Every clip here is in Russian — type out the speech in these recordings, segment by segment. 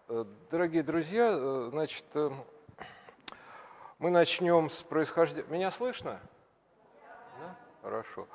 Дорогие друзья, значит, мы начнем с происхождения. Меня слышно? Да? Хорошо.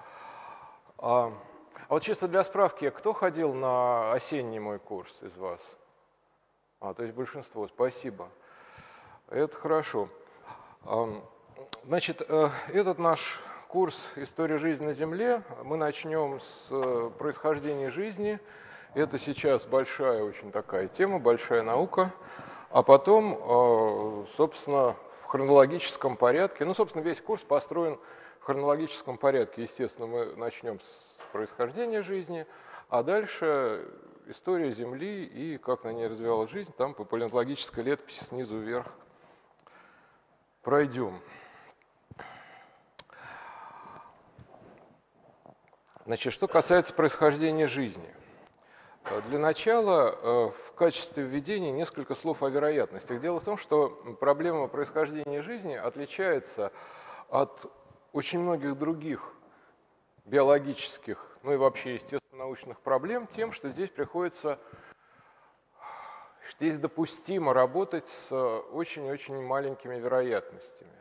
А вот чисто для справки, кто ходил на осенний мой курс из вас? То есть большинство. Спасибо. Это хорошо. Значит, этот наш курс «История жизни на Земле» мы начнем с происхождения жизни. Это сейчас большая очень такая тема, большая наука. А потом, собственно, в хронологическом порядке, собственно, весь курс построен в хронологическом порядке. Естественно, мы начнем с происхождения жизни, а дальше история Земли и как на ней развивалась жизнь, там по палеонтологической летописи снизу вверх пройдем. Значит, что касается происхождения жизни. Для начала в качестве введения несколько слов о вероятностях. Дело в том, что проблема происхождения жизни отличается от очень многих других биологических, и вообще естественно-научных проблем тем, что здесь здесь допустимо работать с очень-очень маленькими вероятностями,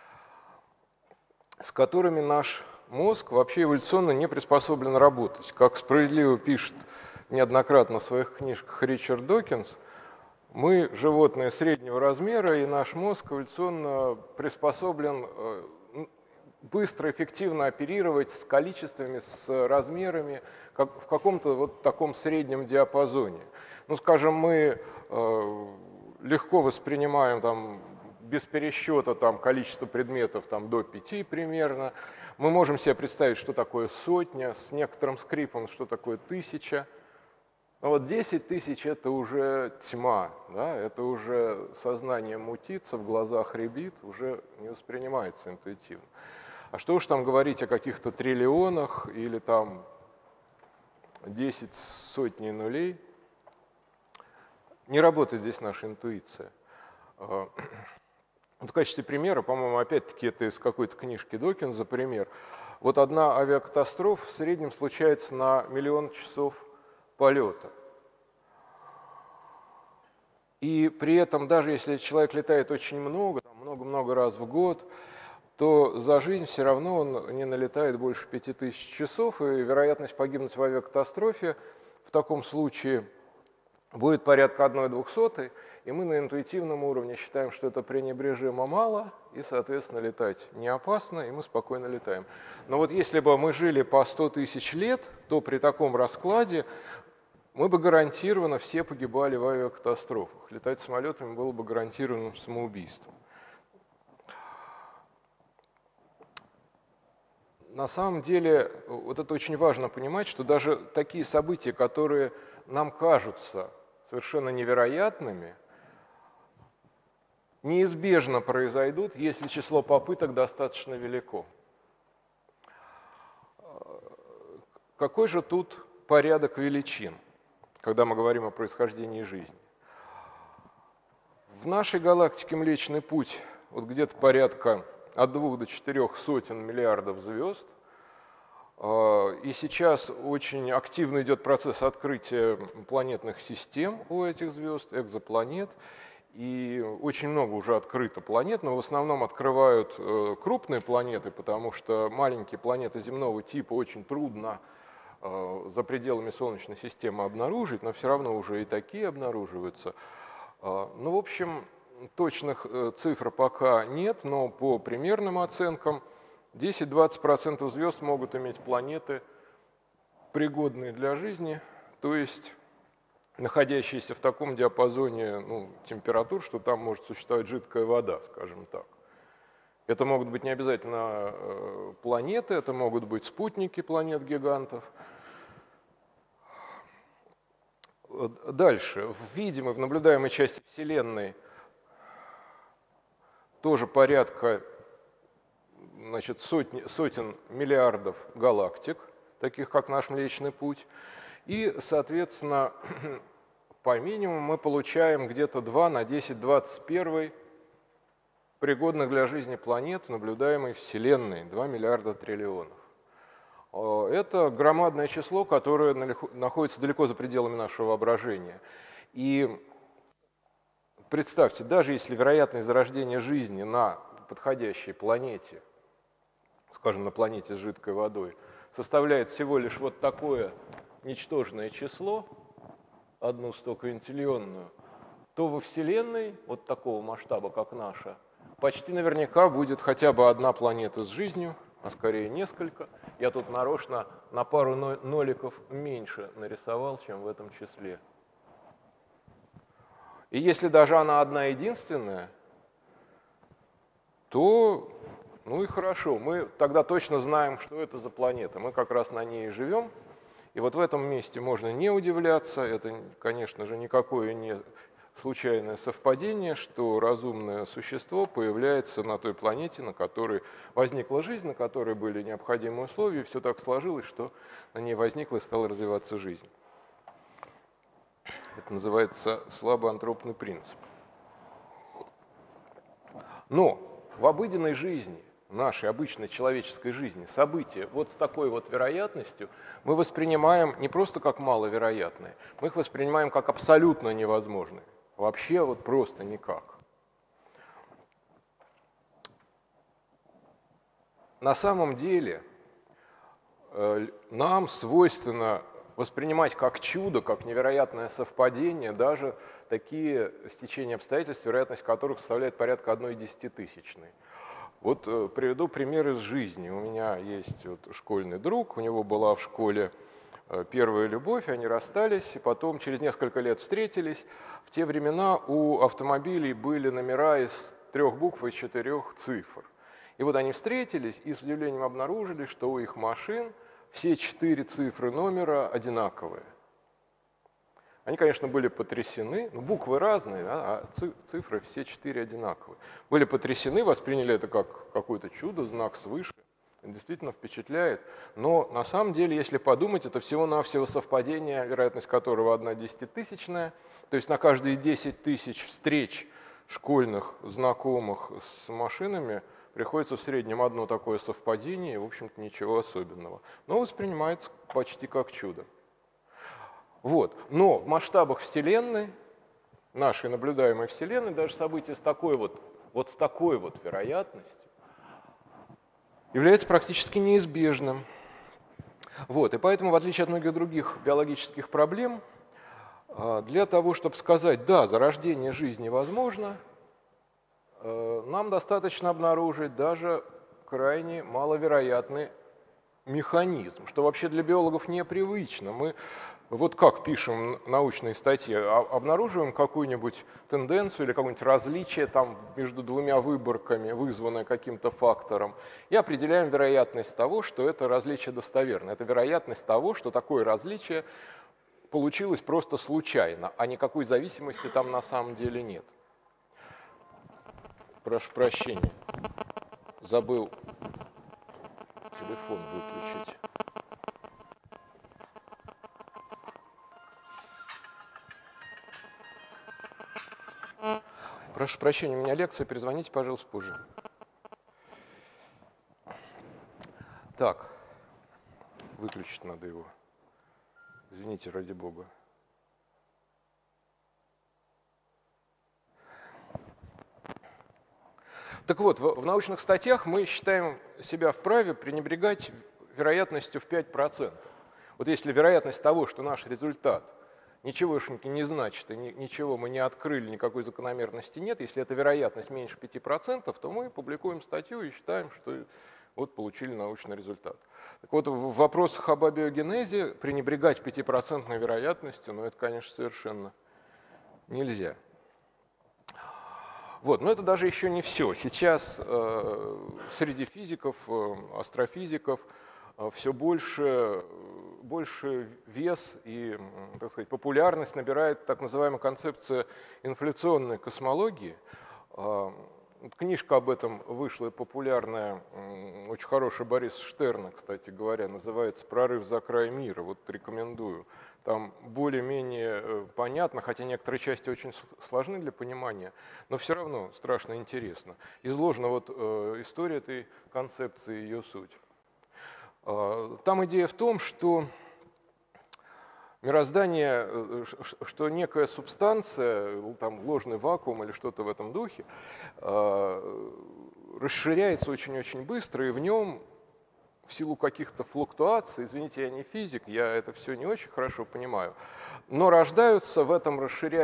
с которыми наш мозг вообще эволюционно не приспособлен работать. Как справедливо пишет неоднократно в своих книжках Ричард Докинс, мы животные среднего размера, и наш мозг эволюционно приспособлен быстро, эффективно оперировать с количествами, с размерами в каком-то вот таком среднем диапазоне. Скажем, мы легко воспринимаем без пересчета количество предметов до 5 примерно. Мы можем себе представить, что такое сотня, с некоторым скрипом, что такое 1000. Но вот 10 тысяч – это уже тьма, да? Это уже сознание мутится, в глазах рябит, уже не воспринимается интуитивно. А что уж там говорить о каких-то триллионах или 10 сотней нулей. Не работает здесь наша интуиция. В качестве примера, по-моему, опять-таки это из какой-то книжки Докинза пример. Вот одна авиакатастрофа в среднем случается на 1 миллион часов полета. И при этом, даже если человек летает очень много раз в год, то за жизнь все равно он не налетает больше 5000 часов, и вероятность погибнуть в авиакатастрофе в таком случае будет порядка 1/200, и мы на интуитивном уровне считаем, что это пренебрежимо мало, и, соответственно, летать не опасно, и мы спокойно летаем. Но вот если бы мы жили по 100 тысяч лет, то при таком раскладе мы бы гарантированно все погибали в авиакатастрофах. Летать самолетами было бы гарантированным самоубийством. На самом деле, вот это очень важно понимать, что даже такие события, которые нам кажутся совершенно невероятными, неизбежно произойдут, если число попыток достаточно велико. Какой же тут порядок величин, когда мы говорим о происхождении жизни? В нашей галактике Млечный Путь вот где-то порядка от 2 до 4 сотен миллиардов звезд. И сейчас очень активно идет процесс открытия планетных систем у этих звезд, экзопланет. И очень много уже открыто планет, но в основном открывают крупные планеты, потому что маленькие планеты земного типа очень трудно за пределами Солнечной системы обнаружить, но все равно уже и такие обнаруживаются. В общем, точных цифр пока нет, но по примерным оценкам 10-20% звезд могут иметь планеты, пригодные для жизни, то есть находящиеся в таком диапазоне температур, что там может существовать жидкая вода, скажем так. Это могут быть не обязательно планеты, это могут быть спутники планет-гигантов. Дальше. В видимой, в наблюдаемой части Вселенной тоже порядка сотен миллиардов галактик, таких как наш Млечный Путь. И, соответственно, по минимуму мы получаем где-то 2 на 10-21 пригодных для жизни планет в наблюдаемой Вселенной, 2 миллиарда триллионов. Это громадное число, которое находится далеко за пределами нашего воображения. И представьте, даже если вероятность зарождения жизни на подходящей планете, скажем, на планете с жидкой водой, составляет всего лишь вот такое ничтожное число, одну стоквинтиллионную, то во Вселенной, вот такого масштаба, как наша, почти наверняка будет хотя бы одна планета с жизнью, а скорее несколько. Я тут нарочно на пару ноликов меньше нарисовал, чем в этом числе. И если даже она одна единственная, то, ну и хорошо, мы тогда точно знаем, что это за планета. Мы как раз на ней и живем. И вот в этом месте можно не удивляться. Это, конечно же, никакое не случайное совпадение, что разумное существо появляется на той планете, на которой возникла жизнь, на которой были необходимые условия. И все так сложилось, что на ней возникла и стала развиваться жизнь. Это называется слабоантропный принцип. Но в обыденной жизни, в нашей обычной человеческой жизни, события вот с такой вот вероятностью мы воспринимаем не просто как маловероятные, мы их воспринимаем как абсолютно невозможные. Вообще вот просто никак. На самом деле нам свойственно воспринимать как чудо, как невероятное совпадение даже такие стечения обстоятельств, вероятность которых составляет порядка 1/10 000. Вот приведу пример из жизни. У меня есть вот школьный друг, у него была в школе первая любовь, они расстались, и потом через несколько лет встретились. В те времена у автомобилей были номера из 3 букв и 4 цифр. И вот они встретились и с удивлением обнаружили, что у их машин все 4 цифры номера одинаковые. Они, конечно, были потрясены, но буквы разные, а цифры все 4 одинаковые. Были потрясены, восприняли это как какое-то чудо, знак свыше. Это действительно впечатляет. Но на самом деле, если подумать, это всего-навсего совпадение, вероятность которого 1/10 000. То есть на каждые 10 тысяч встреч школьных знакомых с машинами приходится в среднем одно такое совпадение, и, в общем-то, ничего особенного. Но воспринимается почти как чудо. Вот. Но в масштабах Вселенной, нашей наблюдаемой Вселенной, даже событие с такой вот вероятностью является практически неизбежным. Вот. И поэтому, в отличие от многих других биологических проблем, для того, чтобы сказать, да, зарождение жизни возможно, нам достаточно обнаружить даже крайне маловероятный механизм, что вообще для биологов непривычно. Мы вот как пишем научные статьи, обнаруживаем какую-нибудь тенденцию или какое-нибудь различие там между двумя выборками, вызванное каким-то фактором, и определяем вероятность того, что это различие достоверно. Это вероятность того, что такое различие получилось просто случайно, а никакой зависимости там на самом деле нет. Прошу прощения, забыл телефон выключить. Прошу прощения, у меня лекция, перезвоните, пожалуйста, позже. Так, выключить надо его. Извините, ради бога. Так вот, в научных статьях мы считаем себя вправе пренебрегать вероятностью в 5%. Вот если вероятность того, что наш результат ничегошеньки не значит, и ничего мы не открыли, никакой закономерности нет, если эта вероятность меньше 5%, то мы публикуем статью и считаем, что вот получили научный результат. Так вот, в вопросах об абиогенезе пренебрегать 5% вероятностью, ну это, конечно, совершенно нельзя. Вот, но это даже еще не все. Сейчас среди физиков, астрофизиков все больше вес и, так сказать, популярность набирает так называемая концепция инфляционной космологии. Книжка об этом вышла популярная, очень хорошая, Бориса Штерна, кстати говоря, называется «Прорыв за край мира». Вот рекомендую. Там более-менее понятно, хотя некоторые части очень сложны для понимания, но все равно страшно интересно. Изложена вот история этой концепции, ее суть. Там идея в том, что Мироздание, что некая субстанция, там ложный вакуум или что-то в этом духе, расширяется очень-очень быстро, и в нем в силу каких-то флуктуаций, извините, я не физик, я это все не очень хорошо понимаю, но рождаются в этом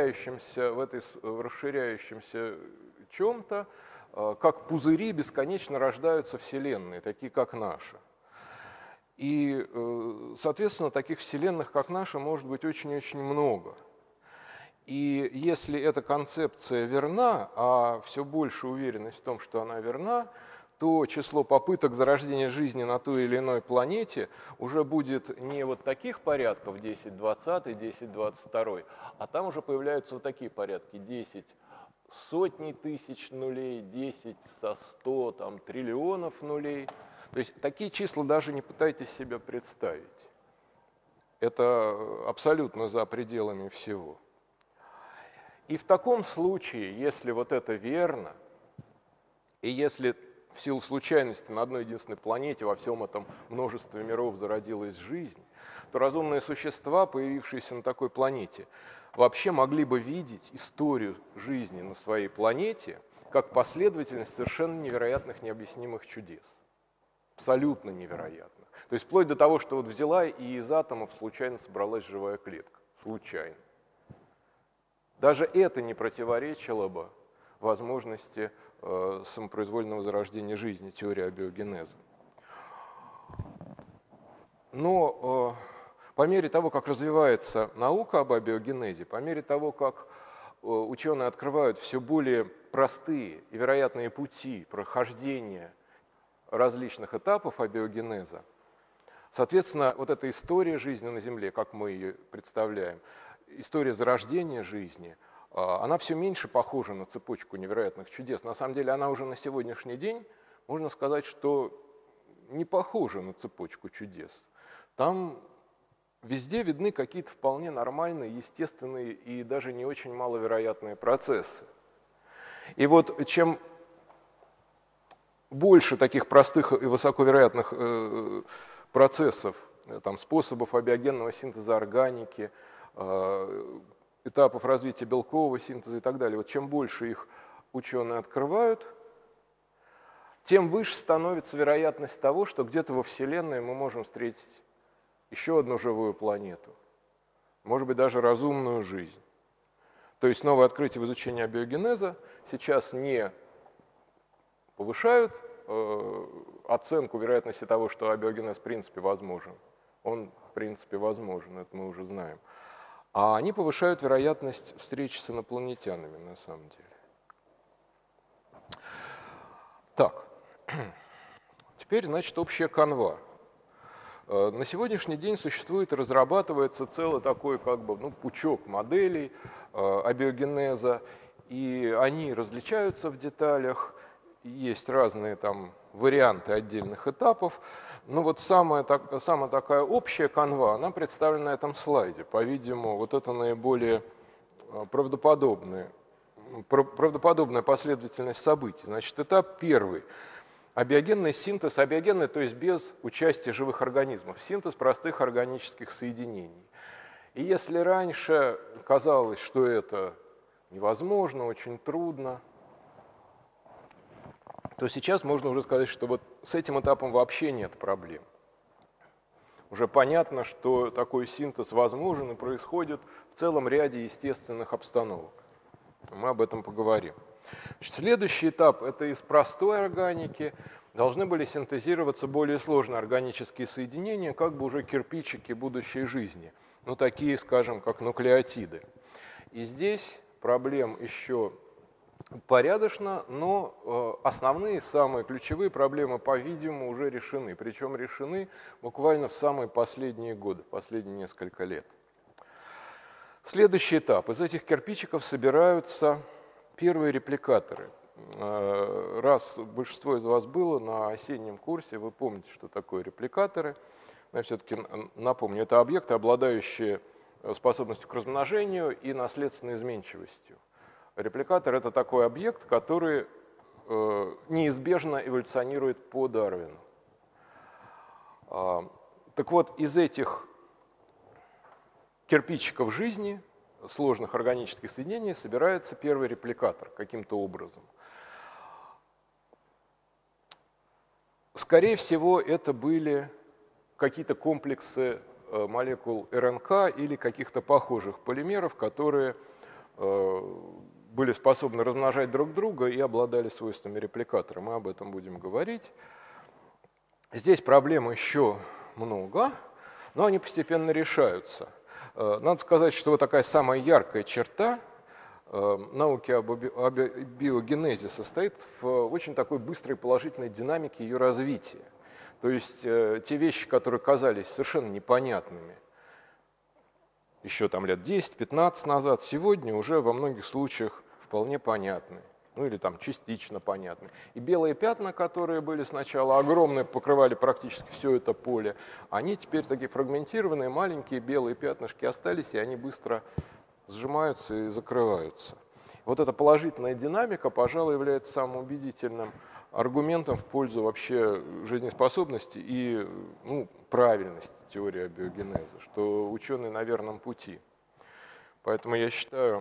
расширяющемся чем-то, как пузыри бесконечно рождаются вселенные, такие как наша. И, соответственно, таких вселенных, как наша, может быть очень-очень много. И если эта концепция верна, а все больше уверенность в том, что она верна, то число попыток зарождения жизни на той или иной планете уже будет не вот таких порядков 10-20, 10-22, а там уже появляются вот такие порядки 10 сотни тысяч нулей, 10 со 100 там, триллионов нулей. То есть такие числа даже не пытайтесь себе представить. Это абсолютно за пределами всего. И в таком случае, если вот это верно, и если в силу случайности на одной единственной планете во всем этом множестве миров зародилась жизнь, то разумные существа, появившиеся на такой планете, вообще могли бы видеть историю жизни на своей планете как последовательность совершенно невероятных, необъяснимых чудес. Абсолютно невероятных. То есть вплоть до того, что вот взяла и из атомов случайно собралась живая клетка. Случайно. Даже это не противоречило бы возможности самопроизвольного зарождения жизни, теории абиогенеза. Но по мере того, как развивается наука об абиогенезе, по мере того, как ученые открывают все более простые и вероятные пути прохождения различных этапов абиогенеза, соответственно, вот эта история жизни на Земле, как мы ее представляем, история зарождения жизни, она все меньше похожа на цепочку невероятных чудес. На самом деле она уже на сегодняшний день, можно сказать, что не похожа на цепочку чудес. Там везде видны какие-то вполне нормальные, естественные и даже не очень маловероятные процессы. И вот чем больше таких простых и высоковероятных процессов, там, способов абиогенного синтеза органики, этапов развития белкового синтеза и так далее, вот чем больше их ученые открывают, тем выше становится вероятность того, что где-то во Вселенной мы можем встретить еще одну живую планету, может быть, даже разумную жизнь. То есть новые открытия в изучении абиогенеза сейчас не повышают оценку вероятности того, что абиогенез в принципе возможен. Он в принципе возможен, это мы уже знаем. А они повышают вероятность встречи с инопланетянами на самом деле. Так, теперь, значит, общая канва. На сегодняшний день существует и разрабатывается целый такой как бы, пучок моделей абиогенеза, и они различаются в деталях, есть разные там варианты отдельных этапов, но вот самая такая общая канва, она представлена на этом слайде. По-видимому, вот это наиболее правдоподобная последовательность событий. Значит, этап первый. Абиогенный синтез, абиогенный, то есть без участия живых организмов, синтез простых органических соединений. И если раньше казалось, что это невозможно, очень трудно, то сейчас можно уже сказать, что вот с этим этапом вообще нет проблем. Уже понятно, что такой синтез возможен и происходит в целом ряде естественных обстановок. Мы об этом поговорим. Значит, следующий этап – это из простой органики должны были синтезироваться более сложные органические соединения, как бы уже кирпичики будущей жизни, такие, скажем, как нуклеотиды. И здесь проблем еще порядочно, но основные, самые ключевые проблемы, по-видимому, уже решены. Причем решены буквально в самые последние годы, последние несколько лет. Следующий этап. Из этих кирпичиков собираются первые репликаторы. Раз большинство из вас было на осеннем курсе, вы помните, что такое репликаторы. Но я все-таки напомню, это объекты, обладающие способностью к размножению и наследственной изменчивостью. Репликатор – это такой объект, который неизбежно эволюционирует по Дарвину. Так вот, из этих кирпичиков жизни, сложных органических соединений, собирается первый репликатор каким-то образом. Скорее всего, это были какие-то комплексы молекул РНК или каких-то похожих полимеров, которые были способны размножать друг друга и обладали свойствами репликатора. Мы об этом будем говорить. Здесь проблем еще много, но они постепенно решаются. Надо сказать, что вот такая самая яркая черта науки об биогенезе состоит в очень такой быстрой положительной динамике ее развития. То есть те вещи, которые казались совершенно непонятными еще там лет 10-15 назад, сегодня уже во многих случаях вполне понятны, ну или там частично понятны. И белые пятна, которые были сначала огромные, покрывали практически все это поле, они теперь такие фрагментированные, маленькие белые пятнышки остались, и они быстро сжимаются и закрываются. Вот эта положительная динамика, пожалуй, является самым убедительным аргументом в пользу вообще жизнеспособности и правильности теории абиогенеза, что ученые на верном пути. Поэтому я считаю,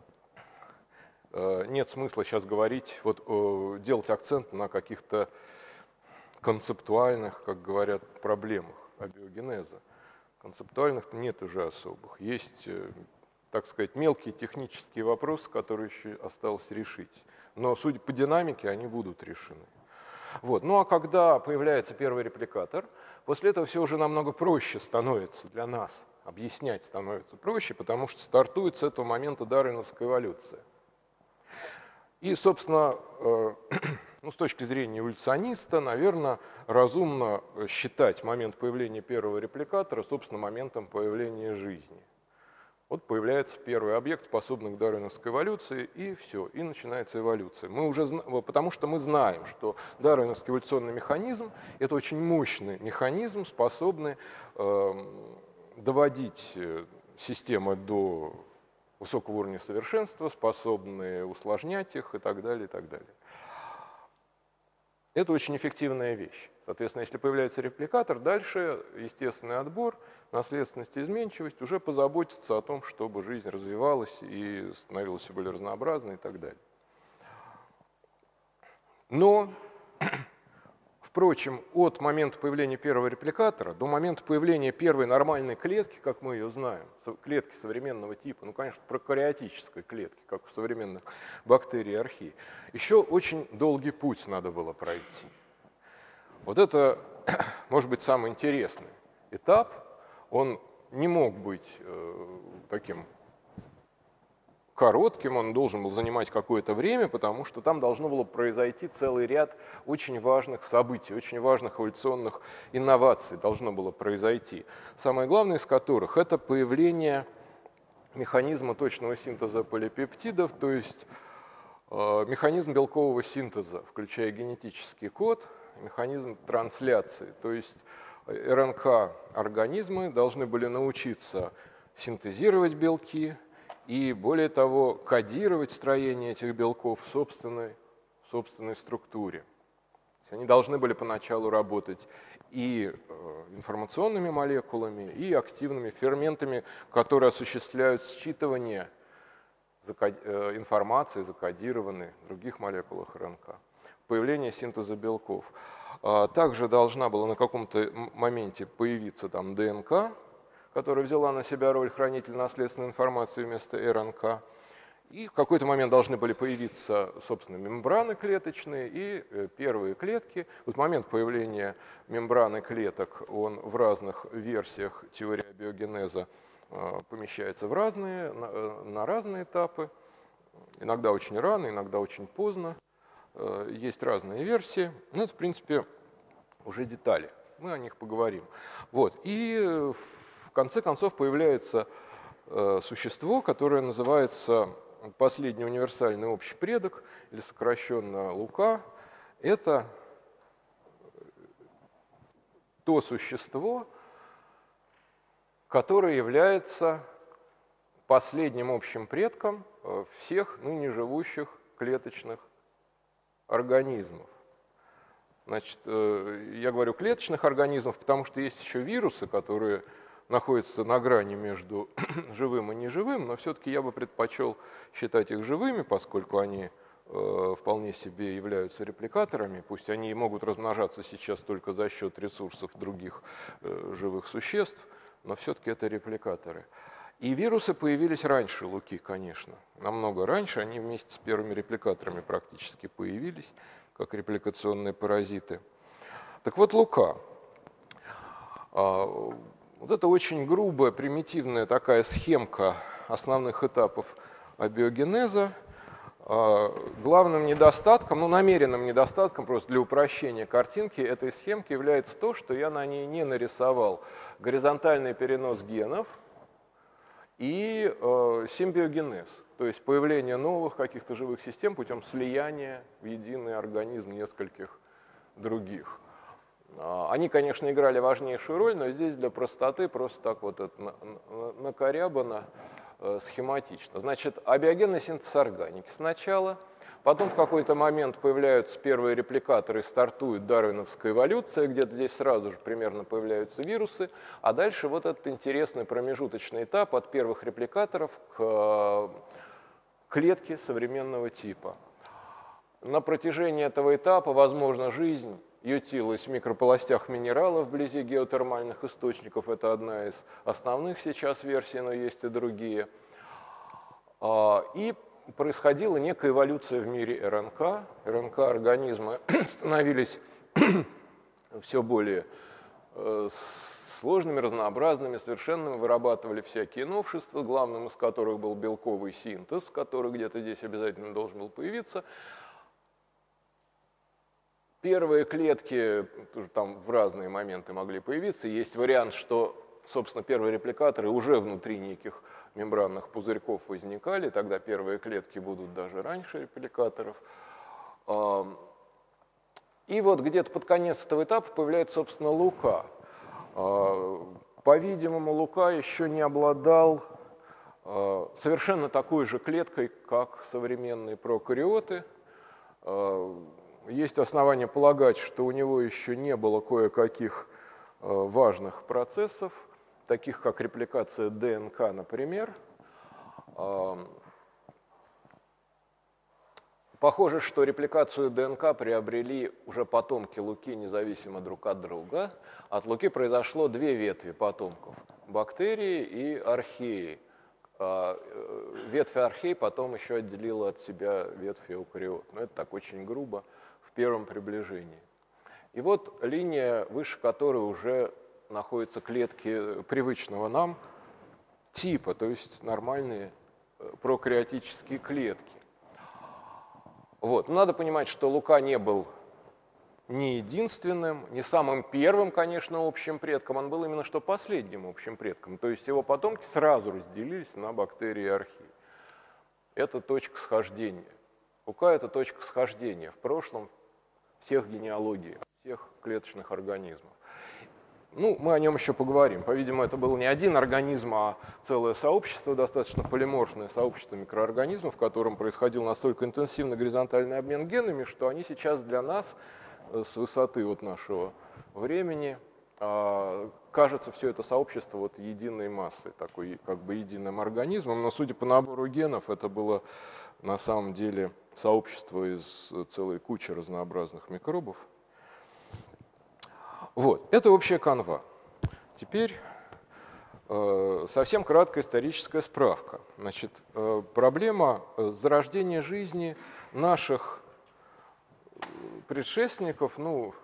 нет смысла сейчас говорить, делать акцент на каких-то концептуальных, как говорят, проблемах абиогенеза. Концептуальных нет уже особых. Есть, так сказать, мелкие технические вопросы, которые еще осталось решить. Но, судя по динамике, они будут решены. Ну а когда появляется первый репликатор, после этого все уже намного проще становится для нас. Объяснять становится проще, потому что стартует с этого момента дарвиновская эволюция. И, собственно, с точки зрения эволюциониста, наверное, разумно считать момент появления первого репликатора, собственно, моментом появления жизни. Вот появляется первый объект, способный к дарвиновской эволюции, и все, и начинается эволюция. Потому что мы знаем, что дарвиновский эволюционный механизм – это очень мощный механизм, способный доводить системы до высокого уровня совершенства, способные усложнять их и так далее, и так далее. Это очень эффективная вещь. Соответственно, если появляется репликатор, дальше естественный отбор, наследственность и изменчивость уже позаботятся о том, чтобы жизнь развивалась и становилась все более разнообразной и так далее. Но, впрочем, от момента появления первого репликатора до момента появления первой нормальной клетки, как мы ее знаем, клетки современного типа, конечно, прокариотической клетки, как у современных бактерий и архей, еще очень долгий путь надо было пройти. Вот это, может быть, самый интересный этап. Он не мог быть таким коротким, он должен был занимать какое-то время, потому что там должно было произойти целый ряд очень важных событий, очень важных эволюционных инноваций должно было произойти. Самое главное из которых – это появление механизма точного синтеза полипептидов, то есть механизм белкового синтеза, включая генетический код, механизм трансляции, то есть РНК-организмы должны были научиться синтезировать белки и, более того, кодировать строение этих белков в собственной структуре. Они должны были поначалу работать и информационными молекулами, и активными ферментами, которые осуществляют считывание информации, закодированной в других молекулах РНК. Появление синтеза белков. Также должна была на каком-то моменте появиться там ДНК, которая взяла на себя роль хранителя наследственной информации вместо РНК. И в какой-то момент должны были появиться, собственно, мембраны клеточные и первые клетки. Вот момент появления мембраны клеток, он в разных версиях теории абиогенеза помещается на разные этапы. Иногда очень рано, иногда очень поздно. Есть разные версии, но это, в принципе, уже детали. Мы о них поговорим. И в конце концов появляется существо, которое называется последний универсальный общий предок, или сокращенно Лука. Это то существо, которое является последним общим предком всех ныне живущих клеточных организмов. Значит, я говорю клеточных организмов, потому что есть еще вирусы, которые находятся на грани между живым и неживым, но все-таки я бы предпочел считать их живыми, поскольку они вполне себе являются репликаторами, пусть они и могут размножаться сейчас только за счет ресурсов других живых существ, но все-таки это репликаторы. И вирусы появились раньше Луки, конечно, намного раньше, они вместе с первыми репликаторами практически появились, как репликационные паразиты. Так вот, Лука. Вот это очень грубая, примитивная такая схемка основных этапов абиогенеза. Главным недостатком, ну намеренным недостатком, просто для упрощения картинки этой схемки является то, что я на ней не нарисовал горизонтальный перенос генов и симбиогенез, то есть появление новых каких-то живых систем путем слияния в единый организм нескольких других. Они, конечно, играли важнейшую роль, но здесь для простоты просто так вот это накорябано схематично. Значит, абиогенный синтез органики сначала, потом в какой-то момент появляются первые репликаторы, стартует дарвиновская эволюция, где-то здесь сразу же примерно появляются вирусы, а дальше вот этот интересный промежуточный этап от первых репликаторов к клетке современного типа. На протяжении этого этапа возможна жизнь ютилась в микрополостях минералов вблизи геотермальных источников. Это одна из основных сейчас версий, но есть и другие. И происходила некая эволюция в мире РНК. РНК-организмы становились все более сложными, разнообразными, совершенными, вырабатывали всякие новшества, главным из которых был белковый синтез, который где-то здесь обязательно должен был появиться. Первые клетки там в разные моменты могли появиться. Есть вариант, что, собственно, первые репликаторы уже внутри неких мембранных пузырьков возникали. Тогда первые клетки будут даже раньше репликаторов. И вот где-то под конец этого этапа появляется, собственно, Лука. По-видимому, Лука еще не обладал совершенно такой же клеткой, как современные прокариоты. Есть основания полагать, что у него еще не было кое-каких важных процессов, таких как репликация ДНК, например. Похоже, что репликацию ДНК приобрели уже потомки Луки независимо друг от друга. От Луки произошло две ветви потомков – бактерии и археи. Ветвь архей потом еще отделила от себя ветвь эукариот. Но это так очень грубо в первом приближении. И вот линия, выше которой уже находятся клетки привычного нам типа, то есть нормальные прокариотические клетки. Вот. Но надо понимать, что Лука не был не единственным, не самым первым, конечно, общим предком, он был именно что последним общим предком. То есть его потомки сразу разделились на бактерии и археи. Это точка схождения. Лука – это точка схождения в прошлом всех генеалогий, всех клеточных организмов. Ну, мы о нем еще поговорим. По-видимому, это был не один организм, а целое сообщество, достаточно полиморфное сообщество микроорганизмов, в котором происходил настолько интенсивный горизонтальный обмен генами, что они сейчас для нас с высоты вот нашего времени кажется все это сообщество вот единой массой, такой как бы единым организмом, но судя по набору генов, это было на самом деле сообщество из целой кучи разнообразных микробов. Вот, это общая канва. Теперь совсем краткая историческая справка. Значит, проблема зарождения жизни наших предшественников, ну,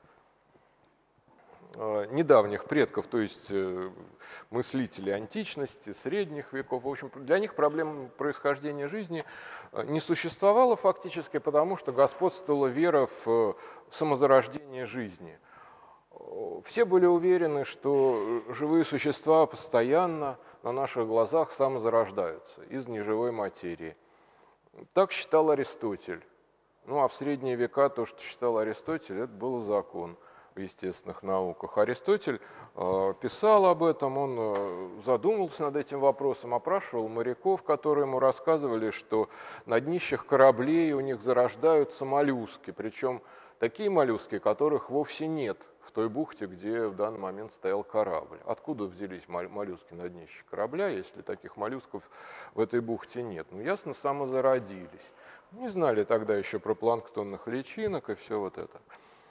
недавних предков, то есть мыслителей античности, средних веков. В общем, для них проблема происхождения жизни не существовала фактически, потому что господствовала вера в самозарождение жизни. Все были уверены, что живые существа постоянно на наших глазах самозарождаются из неживой материи. Так считал Аристотель. Ну а в средние века то, что считал Аристотель, это был закон в естественных науках. Аристотель писал об этом, он задумывался над этим вопросом, опрашивал моряков, которые ему рассказывали, что на днищах кораблей у них зарождаются моллюски, причем такие моллюски, которых вовсе нет в той бухте, где в данный момент стоял корабль. Откуда взялись моллюски на днище корабля, если таких моллюсков в этой бухте нет? Ну, ясно, самозародились. Не знали тогда еще про планктонных личинок и все вот это.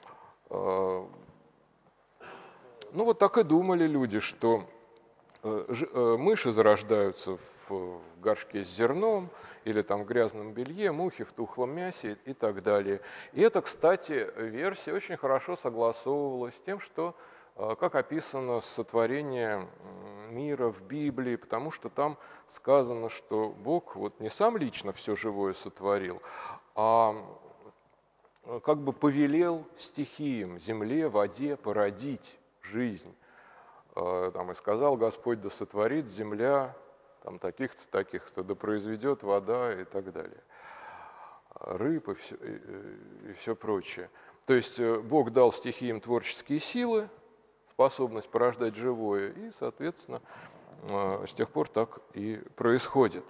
Ну, вот так и думали люди, что мыши зарождаются в горшке с зерном или там в грязном белье, мухи в тухлом мясе и так далее. И это, кстати, версия очень хорошо согласовывалась с тем, что, как описано сотворение мира в Библии, потому что там сказано, что Бог вот не сам лично все живое сотворил, а как бы повелел стихиям, земле, воде породить жизнь. Там и сказал Господь: да сотворит земля там таких-то, таких-то, да произведет вода и так далее, рыб и все прочее. То есть Бог дал стихиям творческие силы, способность порождать живое, и, соответственно, с тех пор так и происходит.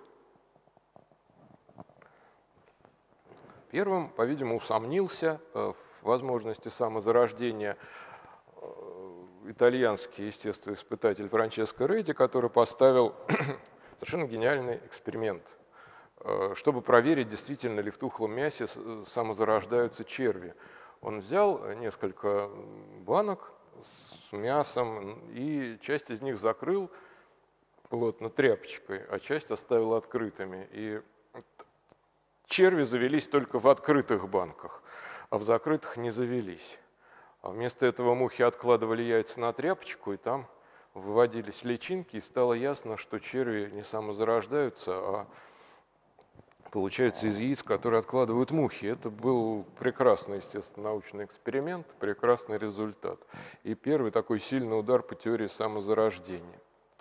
Первым, по-видимому, усомнился в возможности самозарождения итальянский естествоиспытатель Франческо Редди, который поставил совершенно гениальный эксперимент, чтобы проверить, действительно ли в тухлом мясе самозарождаются черви. Он взял несколько банок с мясом и часть из них закрыл плотно тряпочкой, а часть оставил открытыми. И черви завелись только в открытых банках, а в закрытых не завелись. А вместо этого мухи откладывали яйца на тряпочку, и там выводились личинки, и стало ясно, что черви не самозарождаются, а получаются из яиц, которые откладывают мухи. Это был прекрасный, естественно, научный эксперимент, прекрасный результат. И первый такой сильный удар по теории самозарождения.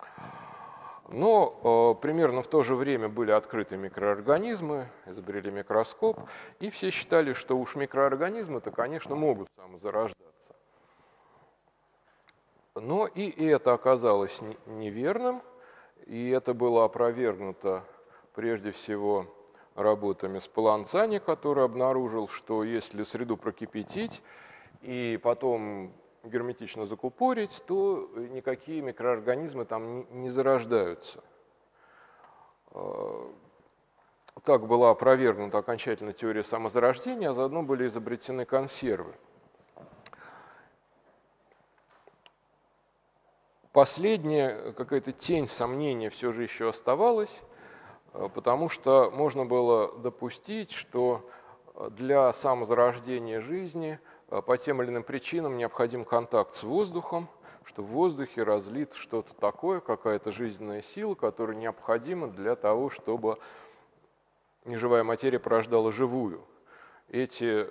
Но примерно в то же время были открыты микроорганизмы, изобрели микроскоп, и все считали, что уж микроорганизмы-то, конечно, могут самозарождаться. Но и это оказалось неверным, и это было опровергнуто прежде всего работами Спалланцани, который обнаружил, что если среду прокипятить и потом герметично закупорить, то никакие микроорганизмы там не зарождаются. Так была опровергнута окончательно теория самозарождения, а заодно были изобретены консервы. Последняя какая-то тень сомнения все же еще оставалась, потому что можно было допустить, что для самозарождения жизни по тем или иным причинам необходим контакт с воздухом, что в воздухе разлит что-то такое, какая-то жизненная сила, которая необходима для того, чтобы неживая материя порождала живую. Эти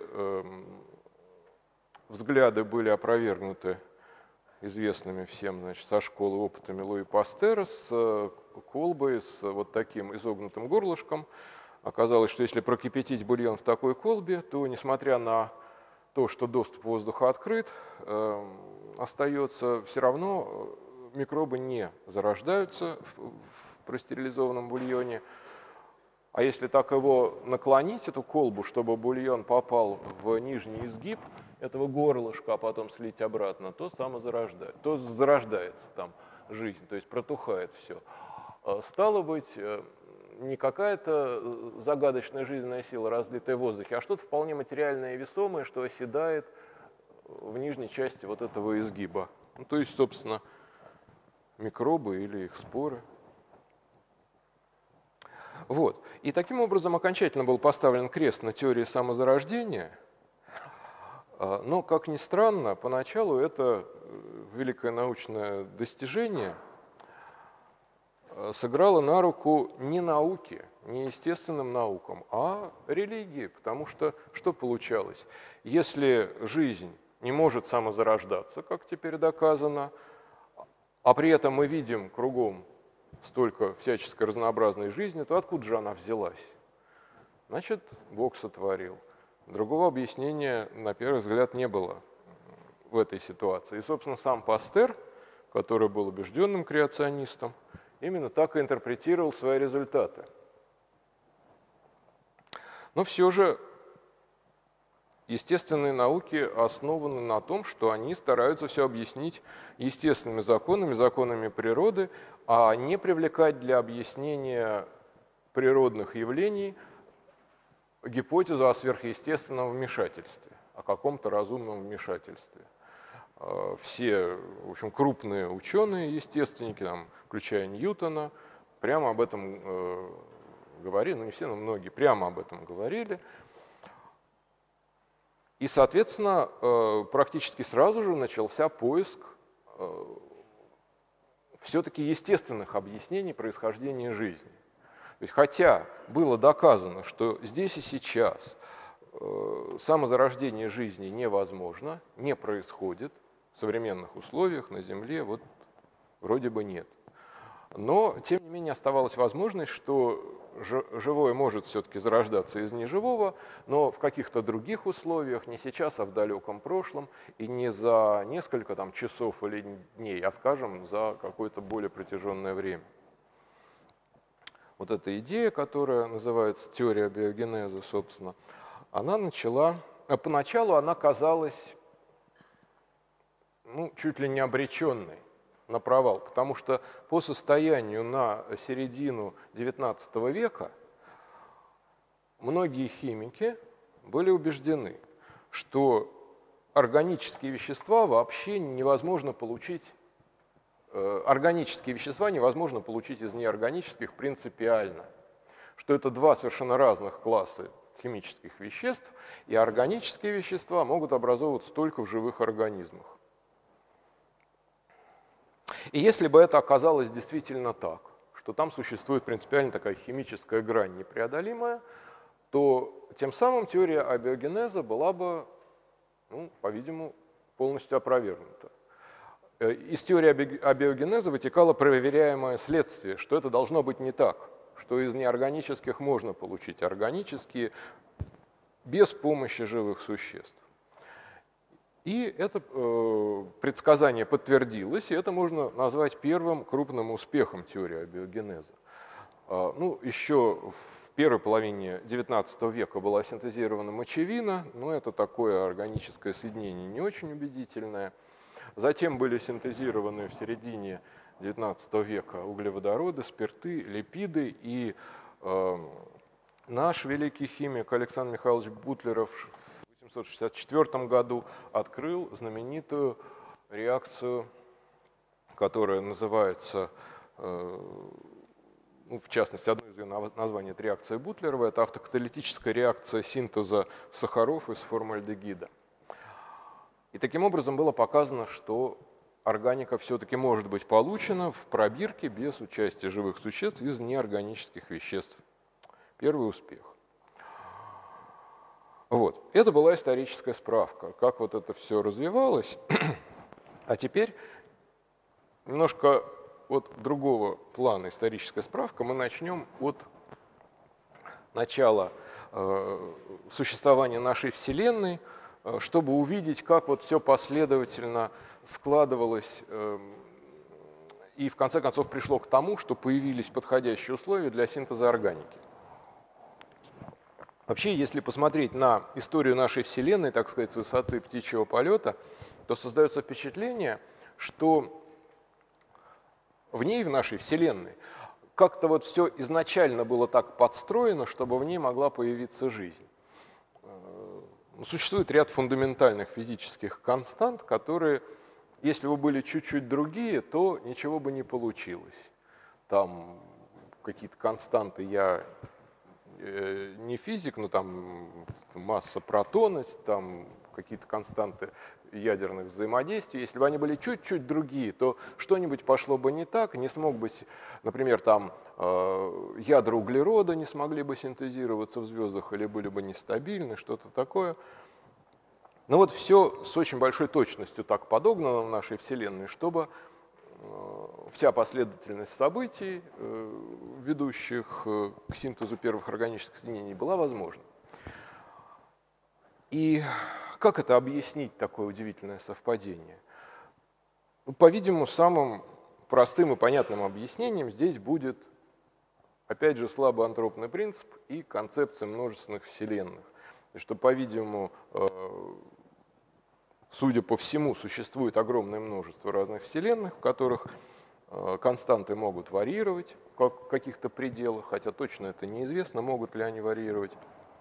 взгляды были опровергнуты известными всем, значит, со школы опытами Луи Пастера с колбой, с вот таким изогнутым горлышком. Оказалось, что если прокипятить бульон в такой колбе, то, несмотря на то, что доступ воздуха открыт, остается, все равно микробы не зарождаются в простерилизованном бульоне. А если так его наклонить, эту колбу, чтобы бульон попал в нижний изгиб этого горлышка, а потом слить обратно, то то зарождается там жизнь, то есть протухает все. Стало быть, не какая-то загадочная жизненная сила, разлитая в воздухе, а что-то вполне материальное и весомое, что оседает в нижней части вот этого изгиба. Ну, то есть, собственно, микробы или их споры. Вот. И таким образом окончательно был поставлен крест на теории самозарождения. Но, как ни странно, поначалу это великое научное достижение сыграло на руку не науке, не естественным наукам, а религии. Потому что получалось? Если жизнь не может самозарождаться, как теперь доказано, а при этом мы видим кругом столько всяческой разнообразной жизни, то откуда же она взялась? Значит, Бог сотворил. Другого объяснения, на первый взгляд, не было в этой ситуации. И, собственно, сам Пастер, который был убежденным креационистом, именно так и интерпретировал свои результаты. Но все же естественные науки основаны на том, что они стараются все объяснить естественными законами, законами природы, а не привлекать для объяснения природных явлений гипотезу о сверхъестественном вмешательстве, о каком-то разумном вмешательстве. Все, в общем, крупные ученые, естественники, там, включая Ньютона, прямо об этом говорили, ну не все, но многие прямо об этом говорили. И, соответственно, практически сразу же начался поиск все-таки естественных объяснений происхождения жизни. То есть, хотя было доказано, что здесь и сейчас самозарождение жизни невозможно, не происходит, в современных условиях на Земле вот вроде бы нет. Но, тем не менее, оставалась возможность, что живое может все-таки зарождаться из неживого, но в каких-то других условиях, не сейчас, а в далеком прошлом, и не за несколько там, часов или дней, а, скажем, за какое-то более протяженное время. Вот эта идея, которая называется теория биогенеза, собственно, она поначалу она казалась чуть ли не обреченной на провал, потому что по состоянию на середину XIX века многие химики были убеждены, что органические вещества вообще невозможно получить, органические вещества невозможно получить из неорганических принципиально, что это два совершенно разных класса химических веществ, и органические вещества могут образовываться только в живых организмах. И если бы это оказалось действительно так, что там существует принципиально такая химическая грань непреодолимая, то тем самым теория абиогенеза была бы, по-видимому, полностью опровергнута. Из теории абиогенеза вытекало проверяемое следствие, что это должно быть не так, что из неорганических можно получить органические без помощи живых существ. И это предсказание подтвердилось, и это можно назвать первым крупным успехом теории абиогенеза. Еще в первой половине XIX века была синтезирована мочевина, но это такое органическое соединение не очень убедительное. Затем были синтезированы в середине XIX века углеводороды, спирты, липиды, и наш великий химик Александр Михайлович Бутлеров в 1864 году открыл знаменитую реакцию, которая называется, в частности, одно из ее названий – это реакция Бутлерова, это автокаталитическая реакция синтеза сахаров из формальдегида. И таким образом было показано, что органика все-таки может быть получена в пробирке без участия живых существ из неорганических веществ. Первый успех. Вот. Это была историческая справка, как вот это все развивалось. А теперь немножко от другого плана историческая справка. Мы начнем от начала существования нашей Вселенной, чтобы увидеть, как вот все последовательно складывалось и в конце концов пришло к тому, что появились подходящие условия для синтеза органики. Вообще, если посмотреть на историю нашей Вселенной, так сказать, с высоты птичьего полета, то создается впечатление, что в ней, в нашей Вселенной, как-то вот все изначально было так подстроено, чтобы в ней могла появиться жизнь. Существует ряд фундаментальных физических констант, которые, если бы были чуть-чуть другие, то ничего бы не получилось. Там какие-то константы, я не физик, но там масса протона, там какие-то константы ядерных взаимодействий. Если бы они были чуть-чуть другие, то что-нибудь пошло бы не так, не смог бы, например, там ядра углерода не смогли бы синтезироваться в звездах или были бы нестабильны, что-то такое. Но вот все с очень большой точностью так подогнано в нашей Вселенной, чтобы вся последовательность событий, ведущих к синтезу первых органических соединений, была возможна. И как это объяснить, такое удивительное совпадение? По-видимому, самым простым и понятным объяснением здесь будет, опять же, слабоантропный принцип и концепция множественных вселенных. что, по-видимому, судя по всему, существует огромное множество разных вселенных, в которых константы могут варьировать в каких-то пределах, хотя точно это неизвестно, могут ли они варьировать.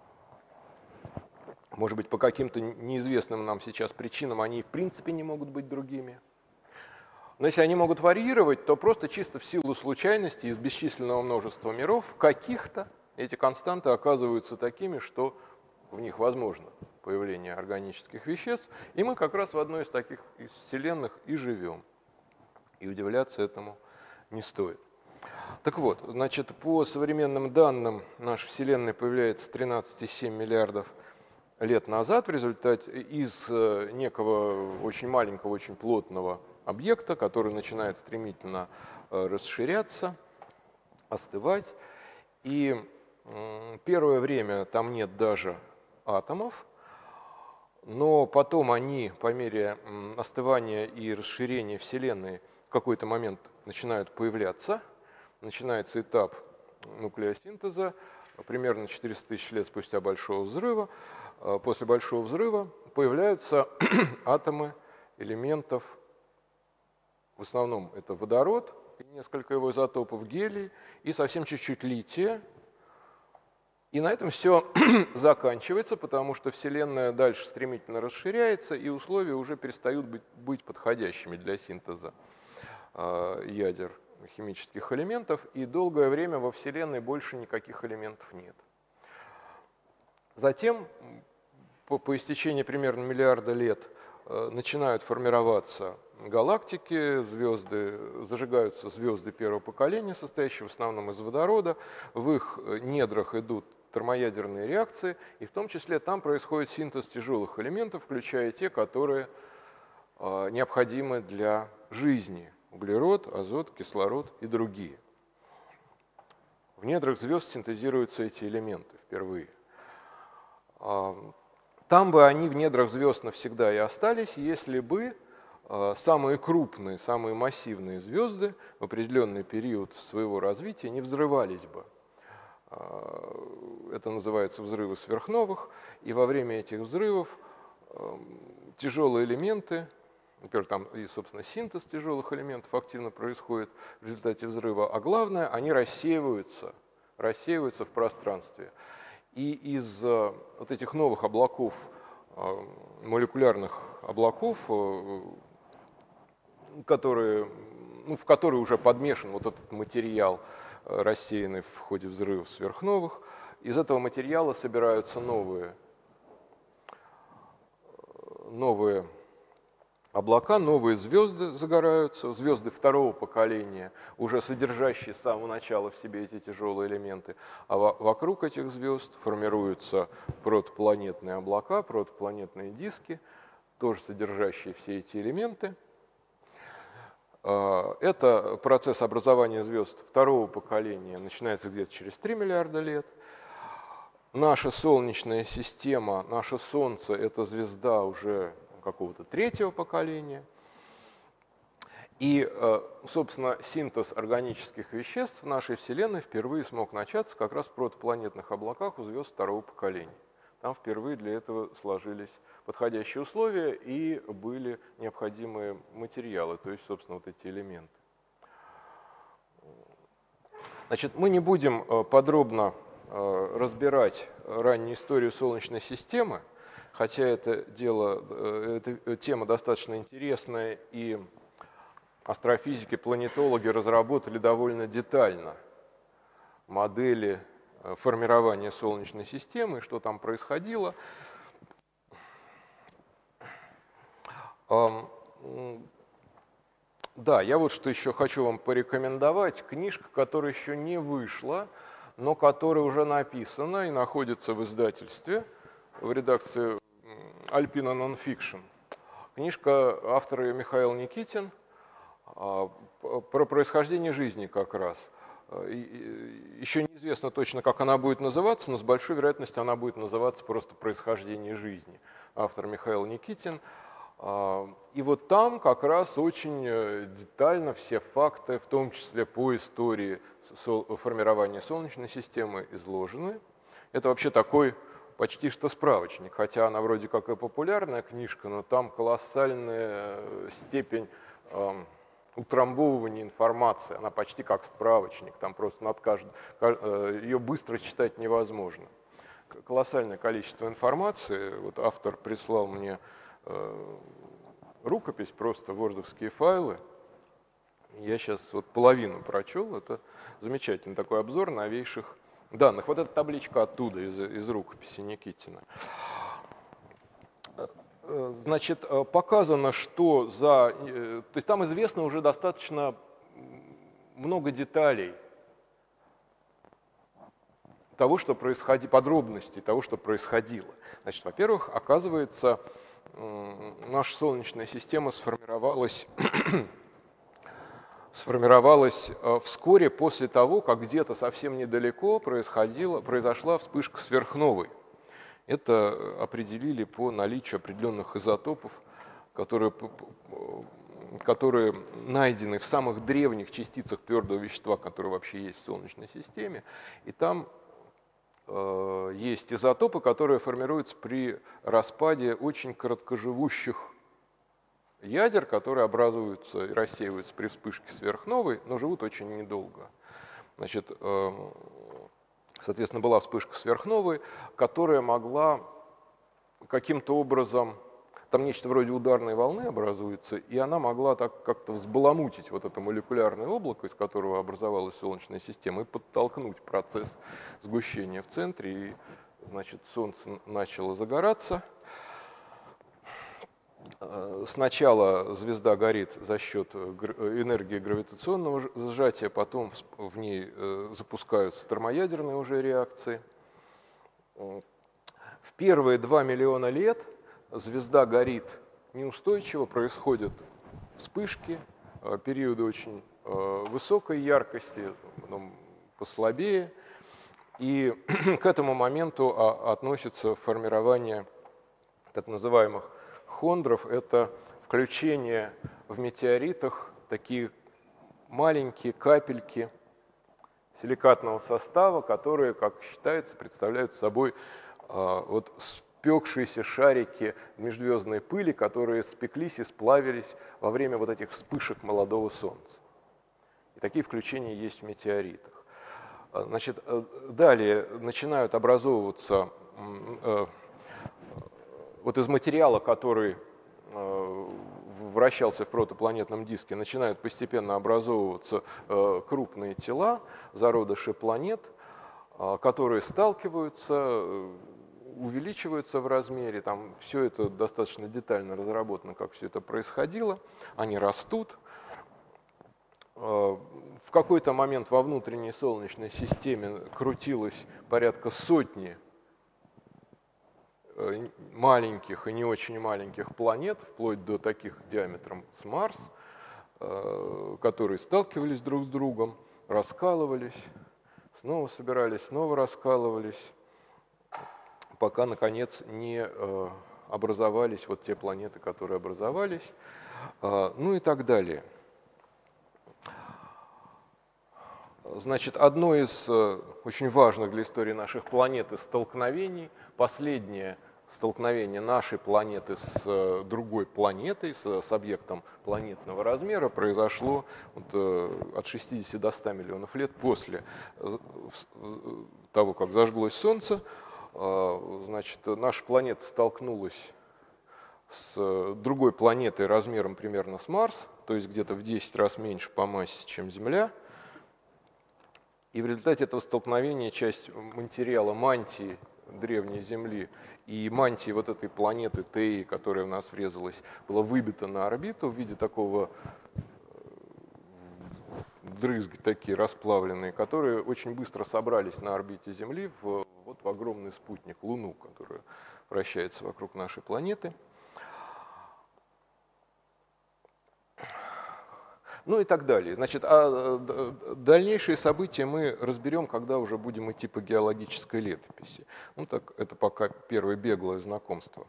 Может быть, по каким-то неизвестным нам сейчас причинам они в принципе не могут быть другими. Но если они могут варьировать, то просто чисто в силу случайности из бесчисленного множества миров в каких-то эти константы оказываются такими, что в них возможно появление органических веществ, и мы как раз в одной из таких вселенных и живем. И удивляться этому не стоит. Так вот, значит, по современным данным, наша Вселенная появляется 13,7 миллиардов лет назад в результате из некого очень маленького, очень плотного объекта, который начинает стремительно расширяться, остывать. И первое время там нет даже атомов, но потом они по мере остывания и расширения Вселенной в какой-то момент начинают появляться, начинается этап нуклеосинтеза, примерно 400 тысяч лет спустя Большого взрыва. После Большого взрыва появляются атомы элементов, в основном это водород, несколько его изотопов, гелий и совсем чуть-чуть лития. И на этом все заканчивается, потому что Вселенная дальше стремительно расширяется, и условия уже перестают быть подходящими для синтеза ядер химических элементов, и долгое время во Вселенной больше никаких элементов нет. Затем, по истечении примерно миллиарда лет, начинают формироваться галактики, звезды, зажигаются звезды первого поколения, состоящие в основном из водорода, в их недрах идут термоядерные реакции, и в том числе там происходит синтез тяжелых элементов, включая те, которые необходимы для жизни. Углерод, азот, кислород и другие. В недрах звезд синтезируются эти элементы впервые. Там бы они в недрах звезд навсегда и остались, если бы самые крупные, самые массивные звезды в определенный период своего развития не взрывались бы. Это называется взрывы сверхновых, и во время этих взрывов тяжелые элементы, например, там и, собственно, синтез тяжелых элементов активно происходит в результате взрыва, а главное, они рассеиваются в пространстве. И из вот этих новых облаков, молекулярных облаков, в которые уже подмешан вот этот материал, рассеянный в ходе взрывов сверхновых, из этого материала собираются новые облака, новые звезды загораются, звезды второго поколения, уже содержащие с самого начала в себе эти тяжелые элементы. А вокруг этих звезд формируются протопланетные облака, протопланетные диски, тоже содержащие все эти элементы. Это процесс образования звезд второго поколения начинается где-то через 3 миллиарда лет. Наша Солнечная система, наше Солнце – это звезда уже какого-то третьего поколения. И, собственно, синтез органических веществ в нашей Вселенной впервые смог начаться как раз в протопланетных облаках у звезд второго поколения. Там впервые для этого сложились подходящие условия и были необходимые материалы, то есть, собственно, вот эти элементы. Значит, мы не будем подробно разбирать раннюю историю Солнечной системы, хотя эта тема достаточно интересная, и астрофизики, планетологи разработали довольно детально модели формирования Солнечной системы, что там происходило. Да, я вот что еще хочу вам порекомендовать. Книжка, которая еще не вышла, но которая уже написана и находится в издательстве, в редакции Alpina Nonfiction. Книжка автора Михаил Никитин про происхождение жизни как раз. Еще неизвестно точно, как она будет называться, но с большой вероятностью она будет называться просто «Происхождение жизни». Автор Михаил Никитин. И вот там как раз очень детально все факты, в том числе по истории формирования Солнечной системы, изложены. Это вообще такой почти что справочник, хотя она вроде как и популярная книжка, но там колоссальная степень утрамбовывания информации, она почти как справочник, там просто ее быстро читать невозможно. Колоссальное количество информации, вот автор прислал мне рукопись, просто вордовские файлы, я сейчас вот половину прочел, это замечательный такой обзор новейших данных. Вот эта табличка оттуда, из рукописи Никитина. Значит, показано, что то есть там известно уже достаточно много деталей того, что происходило, подробностей того, что происходило. Значит, во-первых, оказывается, наша Солнечная система сформировалась вскоре после того, как где-то совсем недалеко произошла вспышка сверхновой. Это определили по наличию определенных изотопов, которые найдены в самых древних частицах твердого вещества, которые вообще есть в Солнечной системе. И там есть изотопы, которые формируются при распаде очень короткоживущих ядер, которые образуются и рассеиваются при вспышке сверхновой, но живут очень недолго. Значит, соответственно, была вспышка сверхновой, которая могла каким-то образом, там нечто вроде ударной волны образуется, и она могла так как-то взбаламутить вот это молекулярное облако, из которого образовалась Солнечная система, и подтолкнуть процесс сгущения в центре, и, значит, Солнце начало загораться. Сначала звезда горит за счет энергии гравитационного сжатия, потом в ней запускаются термоядерные уже реакции. В первые 2 миллиона лет звезда горит неустойчиво, происходят вспышки, периоды очень высокой яркости, потом послабее. И к этому моменту относится формирование так называемых хондров. Это включение в метеоритах такие маленькие капельки силикатного состава, которые, как считается, представляют собой вот спекшиеся шарики межзвездной пыли, которые спеклись и сплавились во время вот этих вспышек молодого Солнца. И такие включения есть в метеоритах. Значит, далее начинают образовываться вот из материала, который вращался в протопланетном диске, начинают постепенно образовываться крупные тела, зародыши планет, которые сталкиваются, увеличиваются в размере. Там все это достаточно детально разработано, как все это происходило. Они растут. В какой-то момент во внутренней Солнечной системе крутилось порядка сотни маленьких и не очень маленьких планет, вплоть до таких диаметром с Марс, которые сталкивались друг с другом, раскалывались, снова собирались, снова раскалывались, пока, наконец, не образовались вот те планеты, которые образовались, ну и так далее. Значит, одно из очень важных для истории наших планет столкновений, последнее столкновение нашей планеты с другой планетой, с объектом планетного размера, произошло от 60 до 100 миллионов лет после того, как зажглось Солнце. Значит, наша планета столкнулась с другой планетой размером примерно с Марс, то есть где-то в 10 раз меньше по массе, чем Земля. И в результате этого столкновения часть материала мантии древней Земли и мантии вот этой планеты Теи, которая в нас врезалась, была выбита на орбиту в виде такого дрызги, такие расплавленные, которые очень быстро собрались на орбите Земли в огромный спутник Луну, который вращается вокруг нашей планеты. Ну и так далее. Значит, дальнейшие события мы разберем, когда уже будем идти по геологической летописи. Ну так, это пока первое беглое знакомство.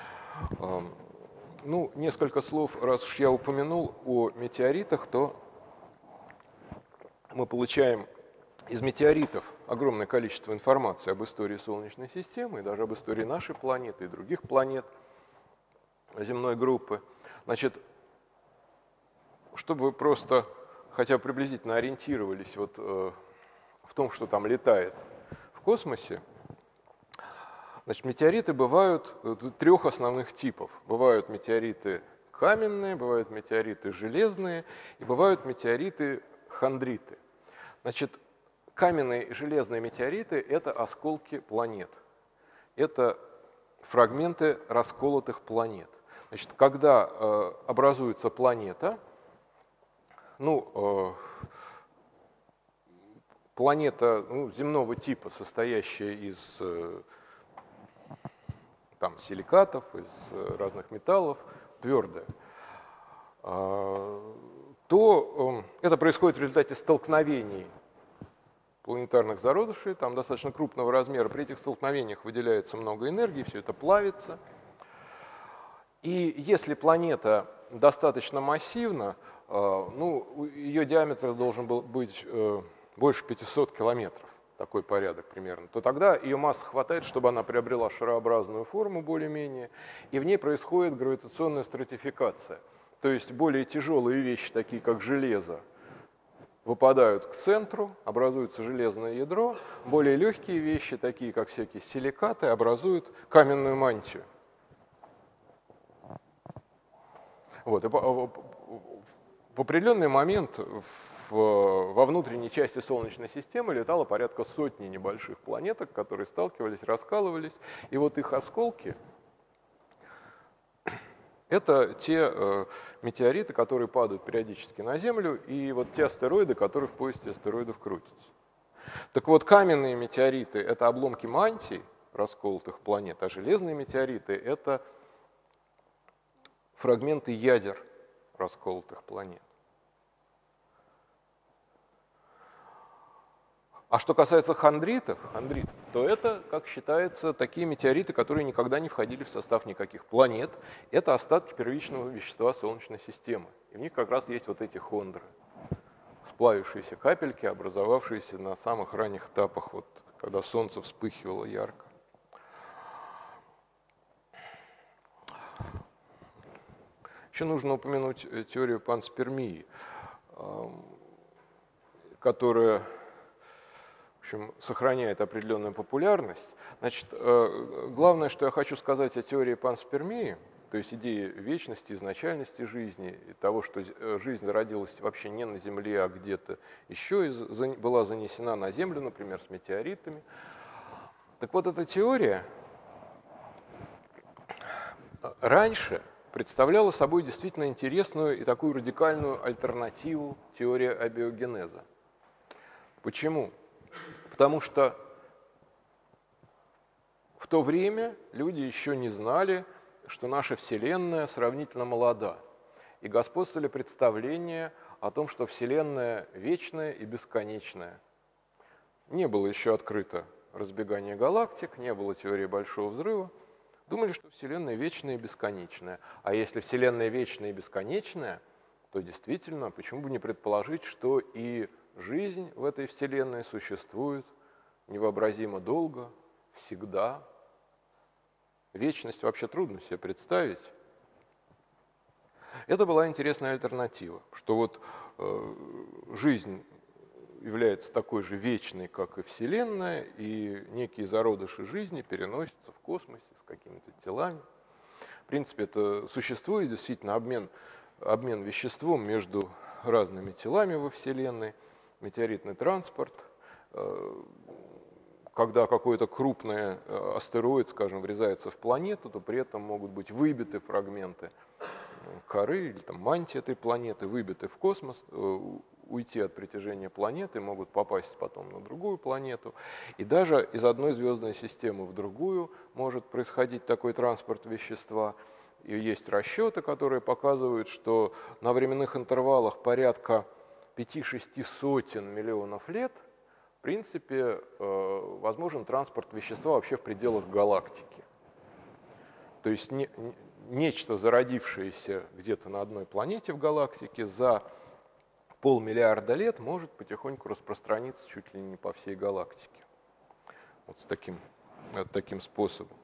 Ну, несколько слов, раз уж я упомянул о метеоритах, то мы получаем из метеоритов огромное количество информации об истории Солнечной системы, и даже об истории нашей планеты и других планет земной группы. Значит, чтобы вы просто хотя бы приблизительно ориентировались вот, в том, что там летает в космосе, значит, метеориты бывают трех основных типов. Бывают метеориты каменные, бывают метеориты железные и бывают метеориты-хондриты. Значит, каменные и железные метеориты – это осколки планет. Это фрагменты расколотых планет. Значит, когда образуется планета, планета земного типа, состоящая из силикатов, из разных металлов, твердая, то это происходит в результате столкновений планетарных зародышей, там достаточно крупного размера. При этих столкновениях выделяется много энергии, все это плавится. И если планета достаточно массивна, ее диаметр должен был быть больше 500 километров, такой порядок примерно, то тогда ее массы хватает, чтобы она приобрела шарообразную форму более-менее, и в ней происходит гравитационная стратификация. То есть более тяжелые вещи, такие как железо, выпадают к центру, образуется железное ядро, более легкие вещи, такие как всякие силикаты, образуют каменную мантию. Вот. И в определенный момент во внутренней части Солнечной системы летало порядка сотни небольших планеток, которые сталкивались, раскалывались, и вот их осколки – это те метеориты, которые падают периодически на Землю, и вот те астероиды, которые в поясе астероидов крутятся. Так вот, каменные метеориты – это обломки мантий расколотых планет, а железные метеориты – это фрагменты ядер расколотых планет. А что касается хондритов, то это, как считается, такие метеориты, которые никогда не входили в состав никаких планет. Это остатки первичного вещества Солнечной системы. И в них как раз есть вот эти хондры, сплавившиеся капельки, образовавшиеся на самых ранних этапах, вот, когда Солнце вспыхивало ярко. Еще нужно упомянуть теорию панспермии, которая, в общем, сохраняет определенную популярность. Значит, главное, что я хочу сказать о теории панспермии, то есть идее вечности, изначальности жизни, и того, что жизнь зародилась вообще не на Земле, а где-то еще была занесена на Землю, например, с метеоритами. Так вот, эта теория раньше представляла собой действительно интересную и такую радикальную альтернативу теории абиогенеза. Почему? Потому что в то время люди еще не знали, что наша Вселенная сравнительно молода, и господствовали представления о том, что Вселенная вечная и бесконечная. Не было еще открыто разбегание галактик, не было теории Большого взрыва. Думали, что Вселенная вечная и бесконечная. А если Вселенная вечная и бесконечная, то действительно, почему бы не предположить, что и жизнь в этой Вселенной существует невообразимо долго, всегда. Вечность вообще трудно себе представить. Это была интересная альтернатива, что вот жизнь является такой же вечной, как и Вселенная, и некие зародыши жизни переносятся в космосе с какими-то телами. В принципе, это существует действительно обмен веществом между разными телами во Вселенной, метеоритный транспорт. Когда какой-то крупный астероид, скажем, врезается в планету, то при этом могут быть выбиты фрагменты коры или там, мантии этой планеты, выбиты в космос, уйти от притяжения планеты, могут попасть потом на другую планету. И даже из одной звездной системы в другую может происходить такой транспорт вещества. И есть расчеты, которые показывают, что на временных интервалах порядка 5-6 сотен миллионов лет в принципе возможен транспорт вещества вообще в пределах галактики. То есть нечто, зародившееся где-то на одной планете в галактике, за полмиллиарда лет может потихоньку распространиться чуть ли не по всей галактике. Вот с таким способом.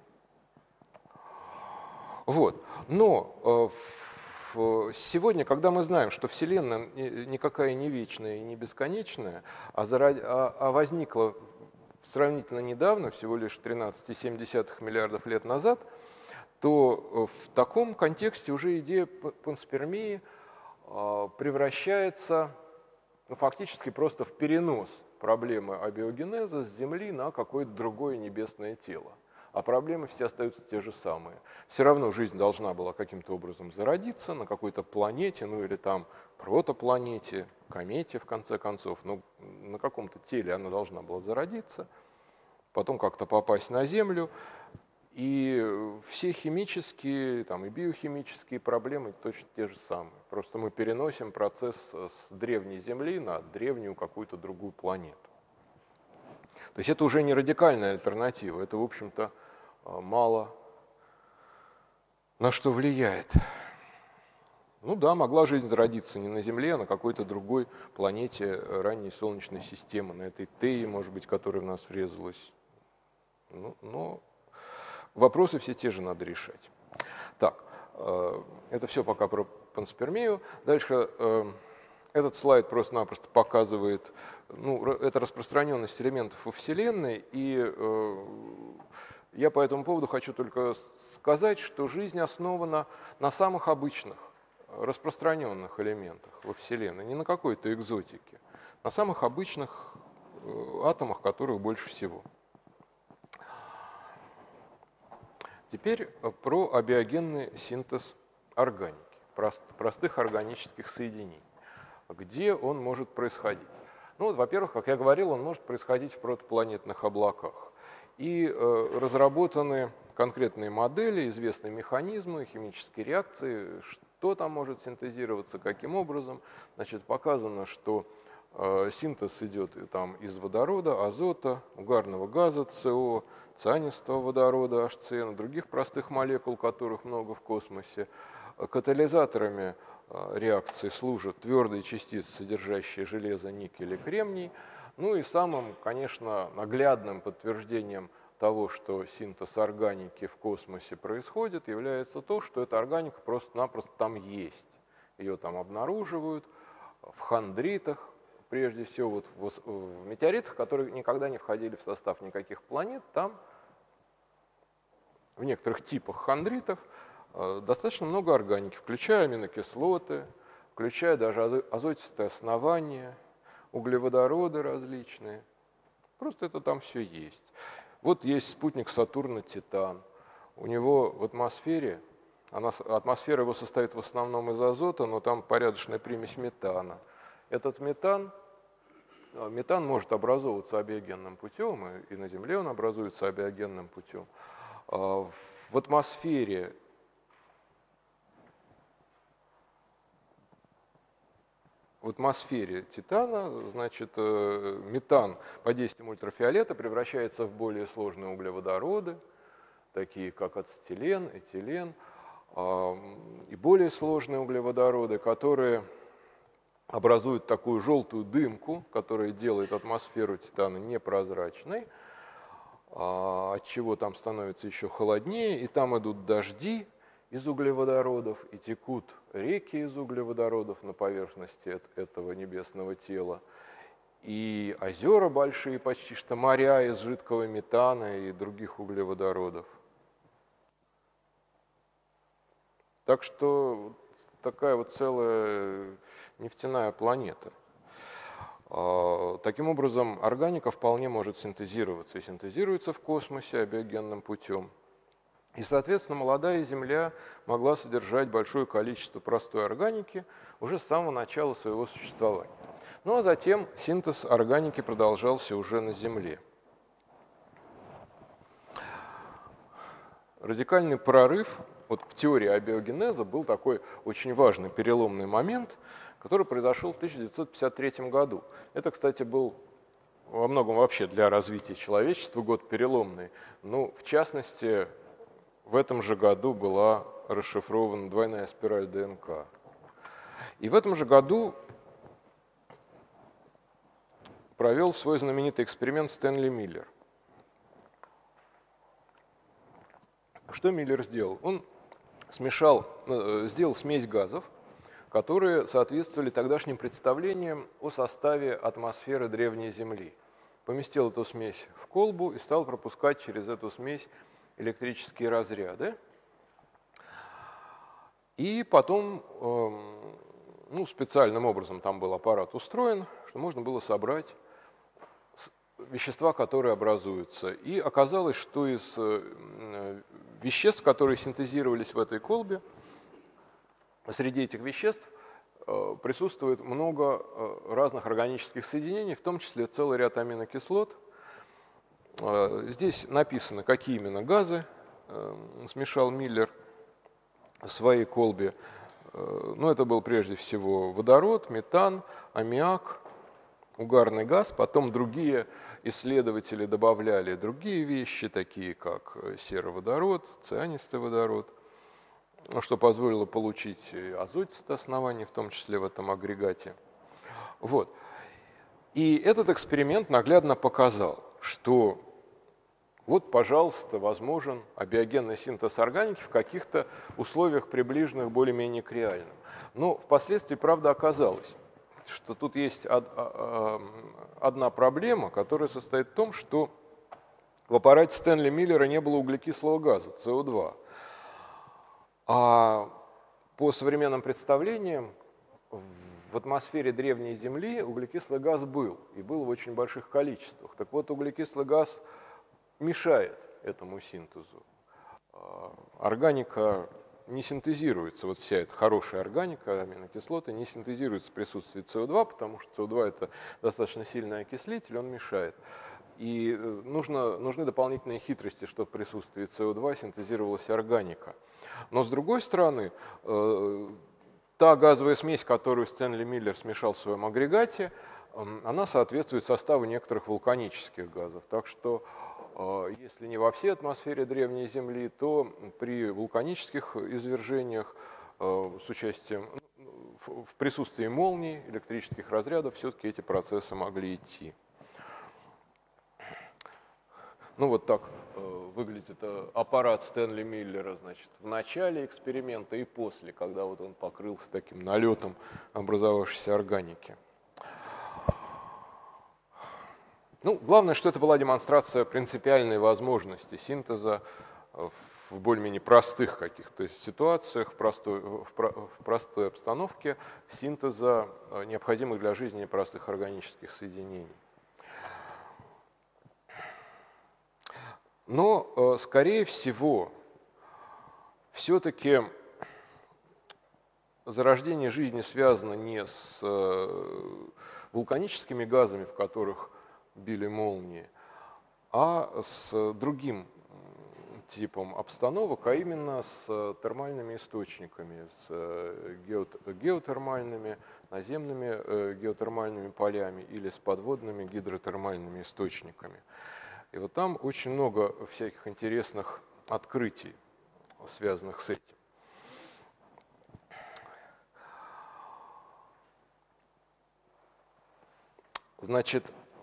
Вот. Но сегодня, когда мы знаем, что Вселенная никакая не вечная и не бесконечная, а возникла сравнительно недавно, всего лишь 13,7 миллиардов лет назад, то в таком контексте уже идея панспермии превращается фактически просто в перенос проблемы абиогенеза с Земли на какое-то другое небесное тело. А проблемы все остаются те же самые. Все равно жизнь должна была каким-то образом зародиться на какой-то планете, ну или там протопланете, комете в конце концов, ну на каком-то теле она должна была зародиться, потом как-то попасть на Землю. И все химические там, и биохимические проблемы точно те же самые. Просто мы переносим процесс с древней Земли на древнюю какую-то другую планету. То есть это уже не радикальная альтернатива, это, в общем-то, мало на что влияет. Ну да, могла жизнь зародиться не на Земле, а на какой-то другой планете ранней Солнечной системы, на этой Теи, может быть, которая в нас врезалась. Но вопросы все те же надо решать. Так, это все пока про панспермию. Дальше этот слайд просто-напросто показывает, это распространенность элементов во Вселенной, и я по этому поводу хочу только сказать, что жизнь основана на самых обычных, распространенных элементах во Вселенной, не на какой-то экзотике, на самых обычных атомах, которых больше всего. Теперь про абиогенный синтез органики, простых органических соединений. Где он может происходить? Ну, вот, во-первых, как я говорил, он может происходить в протопланетных облаках. И разработаны конкретные модели, известные механизмы, химические реакции, что там может синтезироваться, каким образом. Значит, показано, что синтез идет там из водорода, азота, угарного газа, СО, цианистого водорода, HCN, других простых молекул, которых много в космосе. Катализаторами реакции служат твердые частицы, содержащие железо, никель и кремний. Ну и самым, конечно, наглядным подтверждением того, что синтез органики в космосе происходит, является то, что эта органика просто-напросто там есть. Ее там обнаруживают в хондритах, прежде всего вот в метеоритах, которые никогда не входили в состав никаких планет. Там в некоторых типах хондритов достаточно много органики, включая аминокислоты, включая даже азотистые основания, углеводороды различные. Просто это там все есть. Вот есть спутник Сатурна Титан. У него в атмосфере, атмосфера его состоит в основном из азота, но там порядочная примесь метана. Этот метан может образовываться абиогенным путем, и на Земле он образуется абиогенным путем. В атмосфере Титана, значит, метан под действием ультрафиолета превращается в более сложные углеводороды, такие как ацетилен, этилен, и более сложные углеводороды, которые образуют такую желтую дымку, которая делает атмосферу Титана непрозрачной, отчего там становится еще холоднее, и там идут дожди из углеводородов, и текут реки из углеводородов на поверхности этого небесного тела, и озера большие, почти что моря из жидкого метана и других углеводородов. Так что такая вот целая нефтяная планета. Таким образом, органика вполне может синтезироваться, и синтезируется в космосе абиогенным путем. И, соответственно, молодая Земля могла содержать большое количество простой органики уже с самого начала своего существования. Ну а затем синтез органики продолжался уже на Земле. Радикальный прорыв вот в теории абиогенеза был такой очень важный переломный момент, который произошел в 1953 году. Это, кстати, был во многом вообще для развития человечества год переломный. Ну, в частности, в этом же году была расшифрована двойная спираль ДНК. И в этом же году провел свой знаменитый эксперимент Стэнли Миллер. Что Миллер сделал? Он сделал смесь газов, которые соответствовали тогдашним представлениям о составе атмосферы древней Земли. Поместил эту смесь в колбу и стал пропускать через эту смесь электрические разряды. И потом специальным образом там был аппарат устроен, что можно было собрать вещества, которые образуются. И оказалось, что из веществ, которые синтезировались в этой колбе, среди этих веществ присутствует много разных органических соединений, в том числе целый ряд аминокислот. Здесь написано, какие именно газы смешал Миллер в своей колбе. Это был прежде всего водород, метан, аммиак, угарный газ. Потом другие исследователи добавляли другие вещи, такие как сероводород, цианистый водород, что позволило получить азотистое основание, в том числе в этом агрегате. Вот. И этот эксперимент наглядно показал, что вот, пожалуйста, возможен абиогенный синтез органики в каких-то условиях, приближенных более-менее к реальным. Но впоследствии, правда, оказалось, что тут есть одна проблема, которая состоит в том, что в аппарате Стэнли Миллера не было углекислого газа, СО2. А по современным представлениям в атмосфере древней Земли углекислый газ был, и был в очень больших количествах. Так вот, углекислый газ мешает этому синтезу. Органика не синтезируется, вот вся эта хорошая органика, аминокислоты, не синтезируется в присутствии СО2, потому что СО2 – это достаточно сильный окислитель, он мешает. И нужны дополнительные хитрости, чтобы в присутствии СО2 синтезировалась органика. Но с другой стороны, та газовая смесь, которую Стэнли Миллер смешал в своем агрегате, она соответствует составу некоторых вулканических газов. Так что, если не во всей атмосфере древней Земли, то при вулканических извержениях с участием, в присутствии молний, электрических разрядов, все-таки эти процессы могли идти. Вот так выглядит аппарат Стэнли Миллера, значит, в начале эксперимента и после, когда вот он покрылся таким налетом образовавшейся органики. Главное, что это была демонстрация принципиальной возможности синтеза в более-менее простых каких-то ситуациях, в простой обстановке синтеза необходимых для жизни простых органических соединений. Но, скорее всего, все-таки зарождение жизни связано не с вулканическими газами, в которых били молнии, а с другим типом обстановок, а именно с термальными источниками, с геотермальными, наземными геотермальными полями или с подводными гидротермальными источниками. И вот там очень много всяких интересных открытий, связанных с этим. Значит,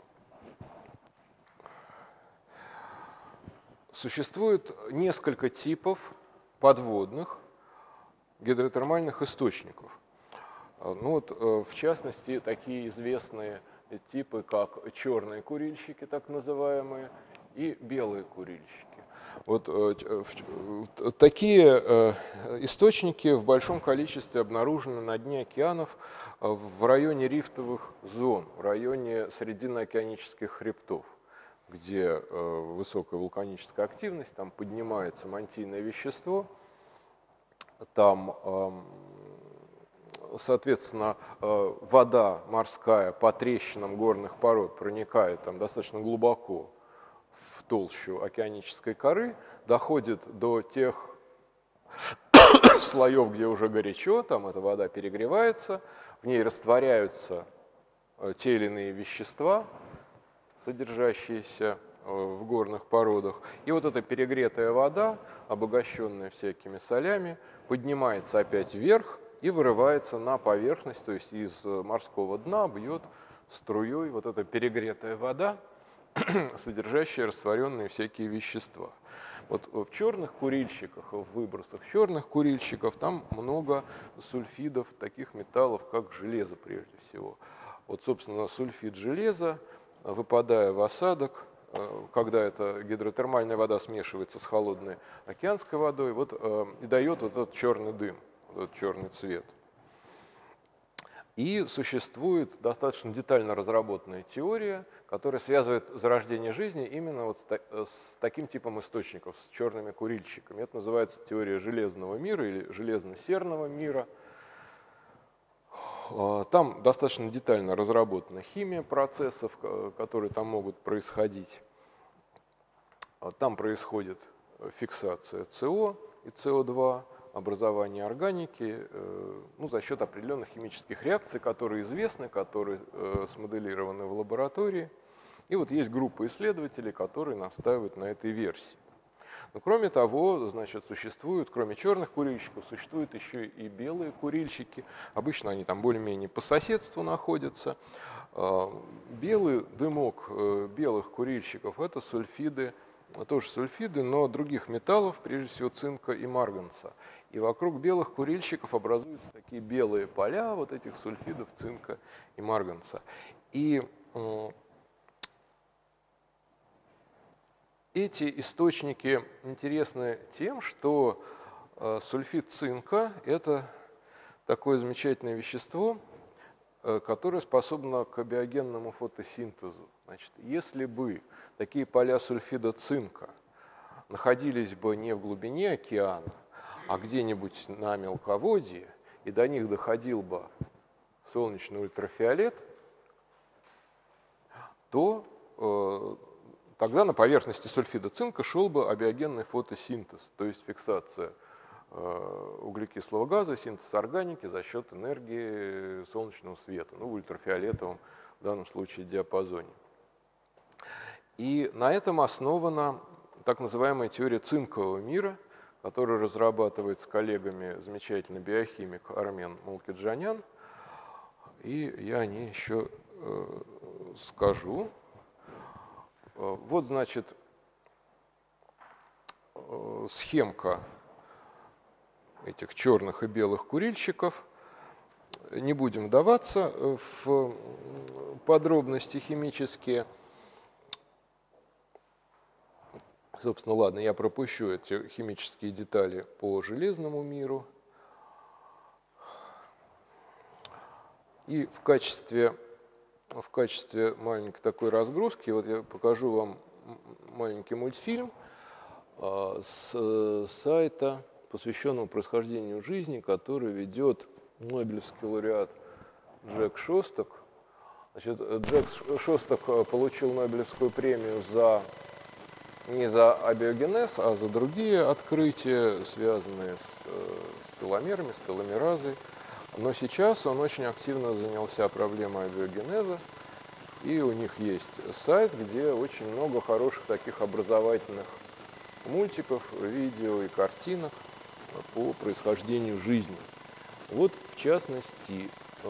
существует несколько типов подводных гидротермальных источников. В частности, такие известные типы, как черные курильщики, так называемые, и белые курильщики. Такие источники в большом количестве обнаружены на дне океанов в районе рифтовых зон, в районе срединно-океанических хребтов, где высокая вулканическая активность, там поднимается мантийное вещество, там, соответственно, вода морская по трещинам горных пород проникает там достаточно глубоко в толщу океанической коры, доходит до тех слоев, где уже горячо, там эта вода перегревается, в ней растворяются те или иные вещества, содержащиеся в горных породах. И вот эта перегретая вода, обогащенная всякими солями, поднимается опять вверх и вырывается на поверхность, то есть из морского дна бьет струей вот эта перегретая вода, содержащая растворенные всякие вещества. Вот в черных курильщиках, в выбросах черных курильщиков там много сульфидов, таких металлов, как железо прежде всего. Вот, собственно, сульфид железа, выпадая в осадок, когда эта гидротермальная вода смешивается с холодной океанской водой, вот, и дает вот этот черный дым, вот этот черный цвет. И существует достаточно детально разработанная теория, которая связывает зарождение жизни именно вот с таким типом источников, с черными курильщиками. Это называется теория железного мира или железно-серного мира. Там достаточно детально разработана химия процессов, которые там могут происходить. Там происходит фиксация СО и СО2, образование органики за счет определенных химических реакций, которые известны, которые смоделированы в лаборатории. И вот есть группа исследователей, которые настаивают на этой версии. Но кроме того, значит, существуют, кроме черных курильщиков, существуют еще и белые курильщики. Обычно они там более-менее по соседству находятся. Белый дымок белых курильщиков – это сульфиды, тоже сульфиды, но других металлов, прежде всего цинка и марганца. И вокруг белых курильщиков образуются такие белые поля вот этих сульфидов цинка и марганца. И эти источники интересны тем, что сульфид цинка – это такое замечательное вещество, которое способно к абиогенному фотосинтезу. Значит, если бы такие поля сульфида цинка находились бы не в глубине океана, а где-нибудь на мелководье, и до них доходил бы солнечный ультрафиолет, то тогда на поверхности сульфида цинка шел бы абиогенный фотосинтез, то есть фиксация углекислого газа, синтез органики за счет энергии солнечного света, в ультрафиолетовом в данном случае диапазоне. И на этом основана так называемая теория цинкового мира, которую разрабатывает с коллегами замечательный биохимик Армен Мулкиджанян. И я о ней еще скажу. Вот, значит, схемка этих черных и белых курильщиков. Не будем вдаваться в подробности химические. Собственно, ладно, я пропущу эти химические детали по железному миру. И в качестве маленькой такой разгрузки вот я покажу вам маленький мультфильм с сайта, посвященного происхождению жизни, который ведет нобелевский лауреат Джек Шостак. Значит, Джек Шостак получил Нобелевскую премию не за абиогенез, а за другие открытия, связанные с теломерами, с теломеразой. Но сейчас он очень активно занялся проблемой абиогенеза, и у них есть сайт, где очень много хороших таких образовательных мультиков, видео и картинок по происхождению жизни. Вот, в частности,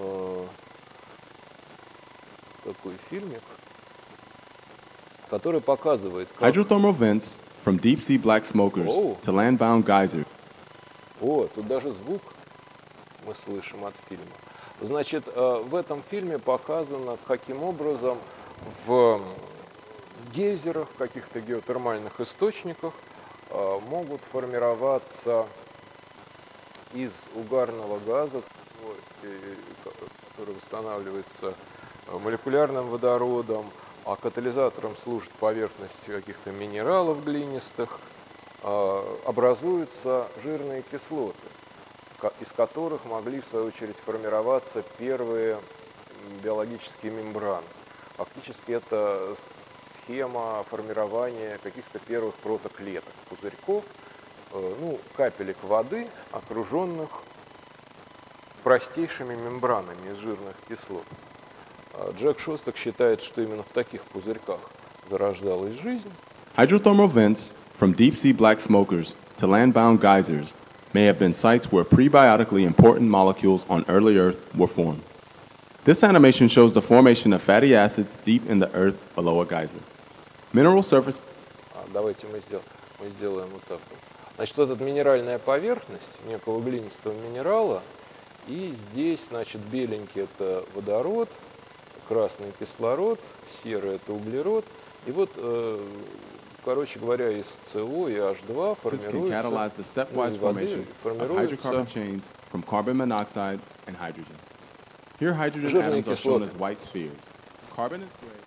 такой фильмик, который показывает, как... Hydrothermal vents from deep-sea black smokers to land-bound geysers. Тут даже звук мы слышим от фильма. Значит, в этом фильме показано, каким образом в гейзерах, в каких-то геотермальных источниках могут формироваться из угарного газа, который восстанавливается молекулярным водородом, а катализатором служит поверхность каких-то минералов глинистых, образуются жирные кислоты, из которых могли, в свою очередь, формироваться первые биологические мембраны. Фактически это схема формирования каких-то первых протоклеток, пузырьков, капелек воды, окруженных простейшими мембранами из жирных кислот. Джек Шостак считает, что именно в таких пузырьках зарождалась жизнь. Hydrothermal vents from deep-sea black smokers to land-bound geysers may have been sites where prebiotically important molecules on early Earth were formed. This animation shows the formation of fatty acids deep in the earth below a geyser. Mineral surface. Давайте мы сделаем вот так вот. Значит, вот эта минеральная поверхность некого глинистого минерала, и здесь, значит, беленький это водород, красный кислород, серый это углерод, и вот, короче говоря, из СО и H2 This can catalyze the stepwise formation of hydrocarbon chains from carbon monoxide and hydrogen. Here, hydrogen atoms are shown as white spheres. Carbon is gray.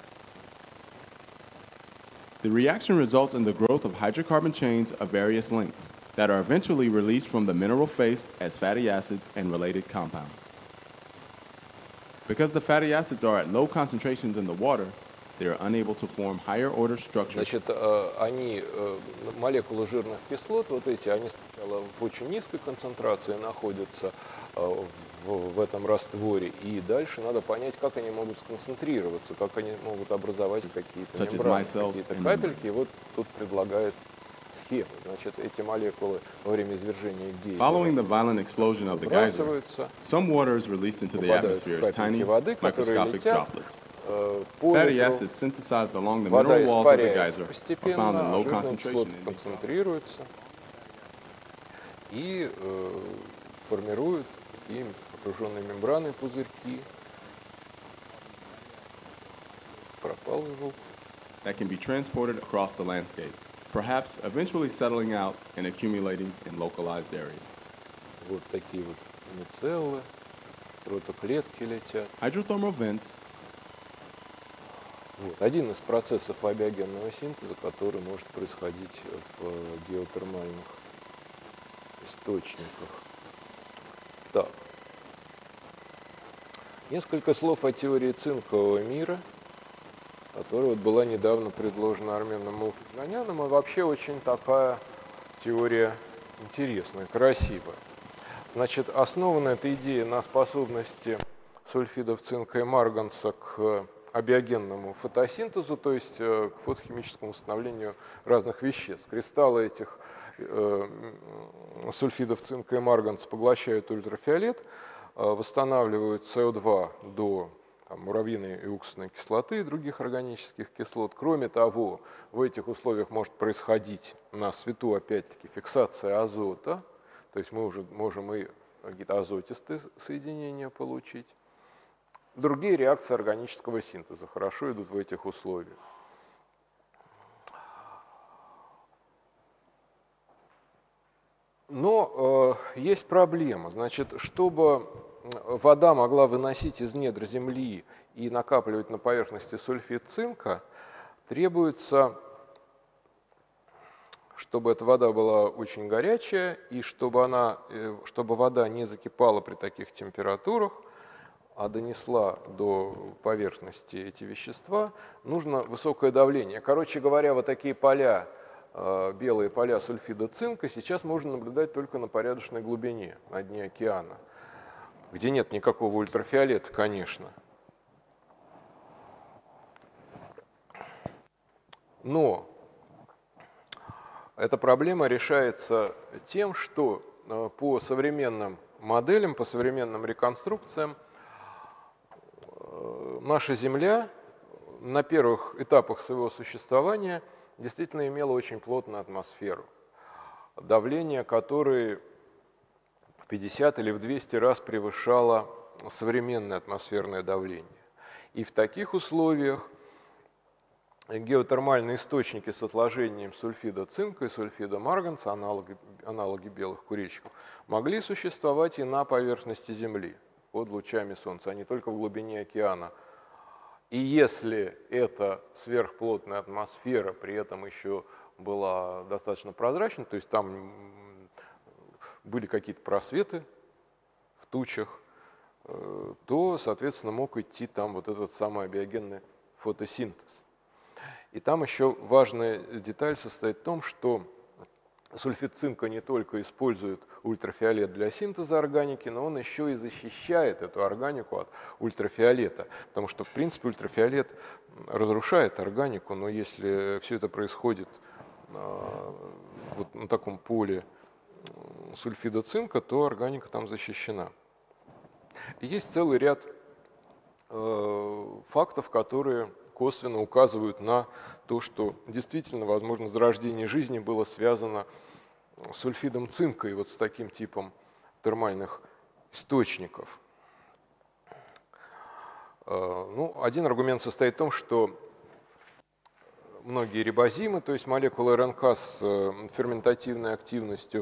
The reaction results in the growth of hydrocarbon chains of various lengths that are eventually released from the mineral face as fatty acids and related compounds. Because the fatty acids are at low concentrations in the water, they are unable to form higher order structures. Значит, молекулы жирных кислот, вот эти, они сначала в очень низкой концентрации находятся в этом растворе, и дальше надо понять, как они могут сконцентрироваться, как они могут образовать какие-то мембраны, какие-то капельки. И вот тут предлагают схему. Значит, эти молекулы во время извержения гейзера Following the violent explosion of the geyser, some water is released into the atmosphere as tiny microscopic droplets. Fatty acids synthesized along the mineral walls of the geyser are found in low concentration in these концентрируются и формируют им окруженные мембраной пузырьки. Пропал звук. That can be transported across the landscape, perhaps eventually settling out and accumulating in localized areas. Вот такие вот мицеллы, протоклетки летят. Hydrothermal vents. Вот. Один из процессов абиогенного синтеза, который может происходить в геотермальных источниках. Так. Несколько слов о теории цинкового мира, которая вот была недавно предложена Арменом Мулхаджаняном, и вообще очень такая теория интересная, красивая. Значит, основана эта идея на способности сульфидов цинка и марганца к абиогенному фотосинтезу, то есть к фотохимическому восстановлению разных веществ. Кристаллы этих сульфидов цинка и марганца поглощают ультрафиолет, восстанавливают СО2 до муравьиной и уксусной кислоты и других органических кислот. Кроме того, в этих условиях может происходить на свету, опять-таки, фиксация азота, то есть мы уже можем и какие-то азотистые соединения получить. Другие реакции органического синтеза хорошо идут в этих условиях. Но есть проблема. Значит, чтобы вода могла выносить из недр земли и накапливать на поверхности сульфид цинка, требуется, чтобы эта вода была очень горячая и чтобы вода не закипала при таких температурах, а донесла до поверхности эти вещества, нужно высокое давление. Короче говоря, вот такие поля, белые поля сульфида цинка сейчас можно наблюдать только на порядочной глубине, на дне океана, где нет никакого ультрафиолета, конечно. Но эта проблема решается тем, что по современным моделям, по современным реконструкциям наша Земля на первых этапах своего существования действительно имела очень плотную атмосферу, давление которое в 50 или в 200 раз превышало современное атмосферное давление. И в таких условиях геотермальные источники с отложением сульфида цинка и сульфида марганца, аналоги белых курильщиков, могли существовать и на поверхности Земли под лучами Солнца, а не только в глубине океана. И если эта сверхплотная атмосфера при этом еще была достаточно прозрачной, то есть там были какие-то просветы в тучах, то, соответственно, мог идти там вот этот самый абиогенный фотосинтез. И там еще важная деталь состоит в том, что сульфид цинка не только использует ультрафиолет для синтеза органики, но он еще и защищает эту органику от ультрафиолета. Потому что, в принципе, ультрафиолет разрушает органику, но если все это происходит вот на таком поле сульфида цинка, то органика там защищена. И есть целый ряд фактов, которые косвенно указывают на то, что действительно, возможно, зарождение жизни было связано с сульфидом цинка и вот с таким типом термальных источников. Ну, один аргумент состоит в том, что многие рибозимы, то есть молекулы РНК с ферментативной активностью,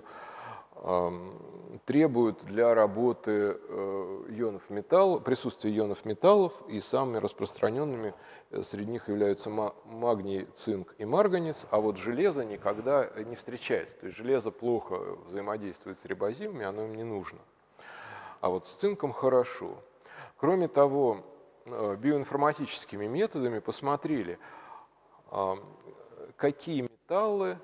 требуют для работы ионов металла, присутствия ионов металлов, и самыми распространенными среди них являются магний, цинк и марганец, а вот железо никогда не встречается. То есть железо плохо взаимодействует с рибозимами, оно им не нужно. А вот с цинком хорошо. Кроме того, биоинформатическими методами посмотрели, какие металлы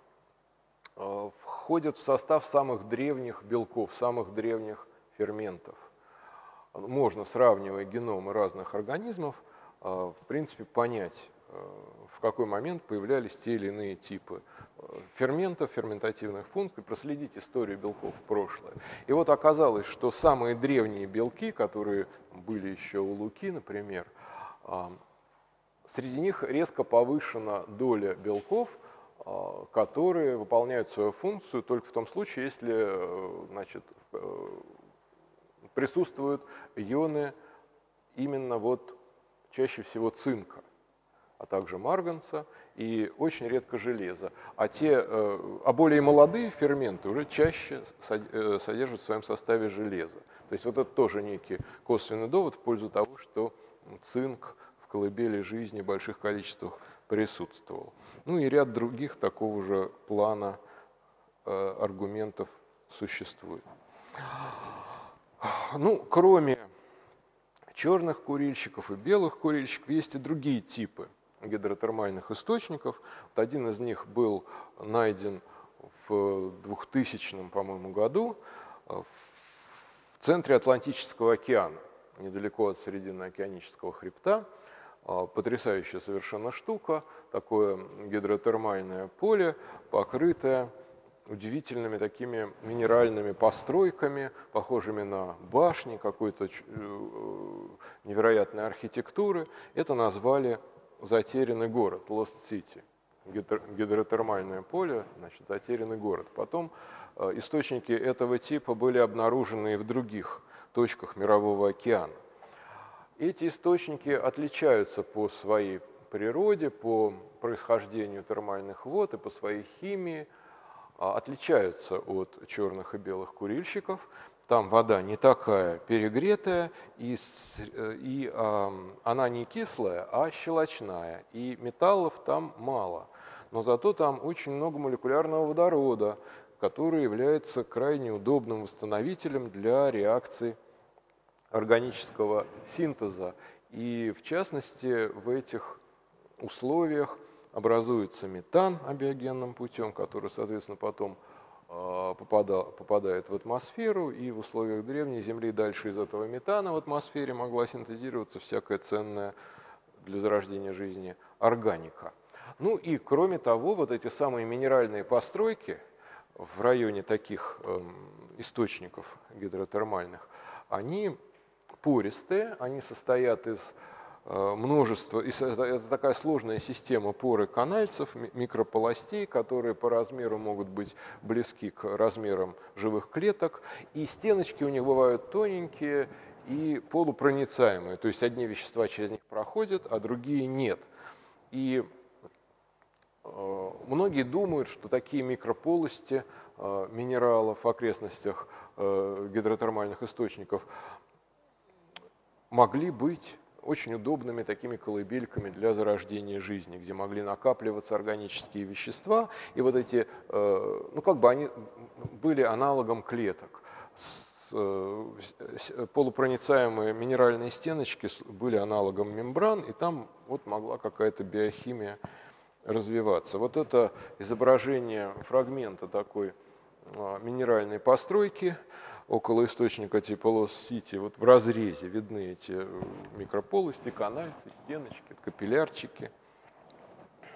входят в состав самых древних белков, самых древних ферментов. Можно, сравнивая геномы разных организмов, в принципе, понять, в какой момент появлялись те или иные типы ферментов, ферментативных функций, проследить историю белков в прошлое. И вот оказалось, что самые древние белки, которые были еще у Луки, например, среди них резко повышена доля белков, которые выполняют свою функцию только в том случае, если, значит, присутствуют ионы именно вот чаще всего цинка, а также марганца и очень редко железа. А более молодые ферменты уже чаще содержат в своем составе железо. То есть вот это тоже некий косвенный довод в пользу того, что цинк в колыбели жизни в больших количествах присутствовал. Ну и ряд других такого же плана аргументов существует. Ну, кроме черных курильщиков и белых курильщиков, есть и другие типы гидротермальных источников. Вот один из них был найден в 2000, по-моему, году в центре Атлантического океана, недалеко от Срединно-океанического хребта. Потрясающая совершенно штука, такое гидротермальное поле, покрытое удивительными такими минеральными постройками, похожими на башни какой-то невероятной архитектуры. Это назвали «Затерянный город», Lost City. Гидротермальное поле, значит, затерянный город. Потом источники этого типа были обнаружены и в других точках Мирового океана. Эти источники отличаются по своей природе, по происхождению термальных вод и по своей химии, отличаются от черных и белых курильщиков. Там вода не такая перегретая, и она не кислая, а щелочная, и металлов там мало. Но зато там очень много молекулярного водорода, который является крайне удобным восстановителем для реакций органического синтеза. И в частности, в этих условиях образуется метан абиогенным путем, который, соответственно, потом попадает в атмосферу, и в условиях древней Земли дальше из этого метана в атмосфере могла синтезироваться всякая ценная для зарождения жизни органика. Ну и кроме того, вот эти самые минеральные постройки в районе таких источников гидротермальных, они пористые, они состоят из множества, это такая сложная система пор и канальцев, микрополостей, которые по размеру могут быть близки к размерам живых клеток, и стеночки у них бывают тоненькие и полупроницаемые, то есть одни вещества через них проходят, а другие нет. И многие думают, что такие микрополости минералов в окрестностях гидротермальных источников могли быть очень удобными такими колыбельками для зарождения жизни, где могли накапливаться органические вещества, и вот эти, ну как бы они были аналогом клеток. Полупроницаемые минеральные стеночки были аналогом мембран, и там вот могла какая-то биохимия развиваться. Вот это изображение фрагмента такой минеральной постройки около источника типа Lost City, вот в разрезе видны эти микрополости, канальцы, стеночки, капиллярчики.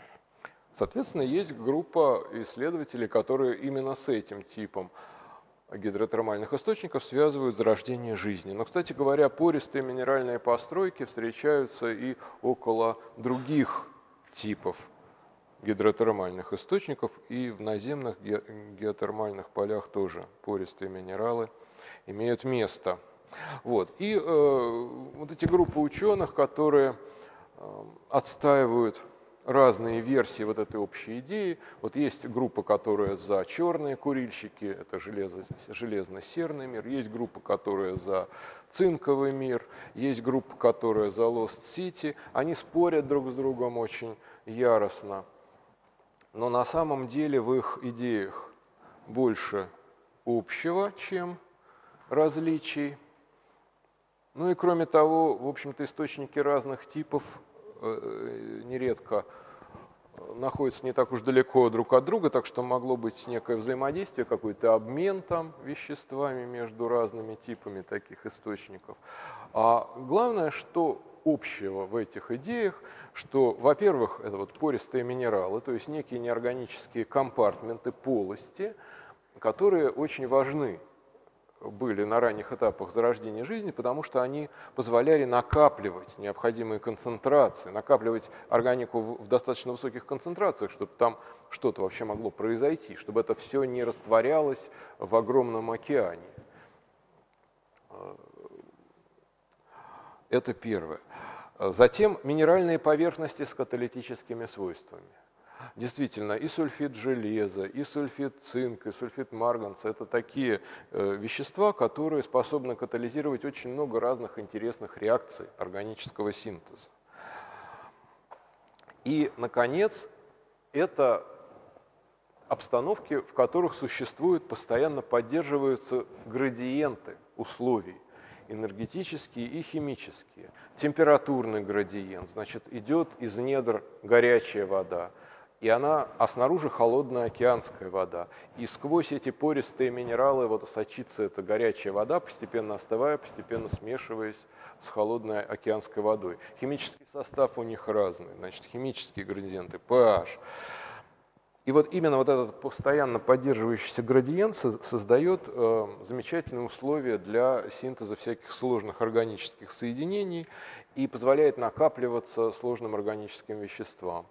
Соответственно, есть группа исследователей, которые именно с этим типом гидротермальных источников связывают зарождение жизни. Но, кстати говоря, пористые минеральные постройки встречаются и около других типов гидротермальных источников, и в наземных геотермальных полях тоже пористые минералы имеют место. Вот. И вот эти группы ученых, которые отстаивают разные версии вот этой общей идеи. Вот есть группа, которая за черные курильщики, это железно-серный мир, есть группа, которая за цинковый мир, есть группа, которая за Lost City. Они спорят друг с другом очень яростно, но на самом деле в их идеях больше общего, чем различий. Ну и кроме того, в общем-то, источники разных типов нередко находятся не так уж далеко друг от друга, так что могло быть некое взаимодействие, какой-то обмен там веществами между разными типами таких источников. А главное, что общего в этих идеях, что, во-первых, это вот пористые минералы, то есть некие неорганические компартменты, полости, которые очень важны были на ранних этапах зарождения жизни, потому что они позволяли накапливать необходимые концентрации, накапливать органику в достаточно высоких концентрациях, чтобы там что-то вообще могло произойти, чтобы это все не растворялось в огромном океане. Это первое. Затем минеральные поверхности с каталитическими свойствами. Действительно, и сульфид железа, и сульфид цинка, и сульфид марганца – это такие вещества, которые способны катализировать очень много разных интересных реакций органического синтеза. И, наконец, это обстановки, в которых существуют, постоянно поддерживаются градиенты условий, энергетические и химические. Температурный градиент, значит, идет из недр горячая вода, а снаружи холодная океанская вода. И сквозь эти пористые минералы вот сочится эта горячая вода, постепенно остывая, постепенно смешиваясь с холодной океанской водой. Химический состав у них разный, значит, химические градиенты, pH. И вот именно вот этот постоянно поддерживающийся градиент создает замечательные условия для синтеза всяких сложных органических соединений и позволяет накапливаться сложным органическим веществам.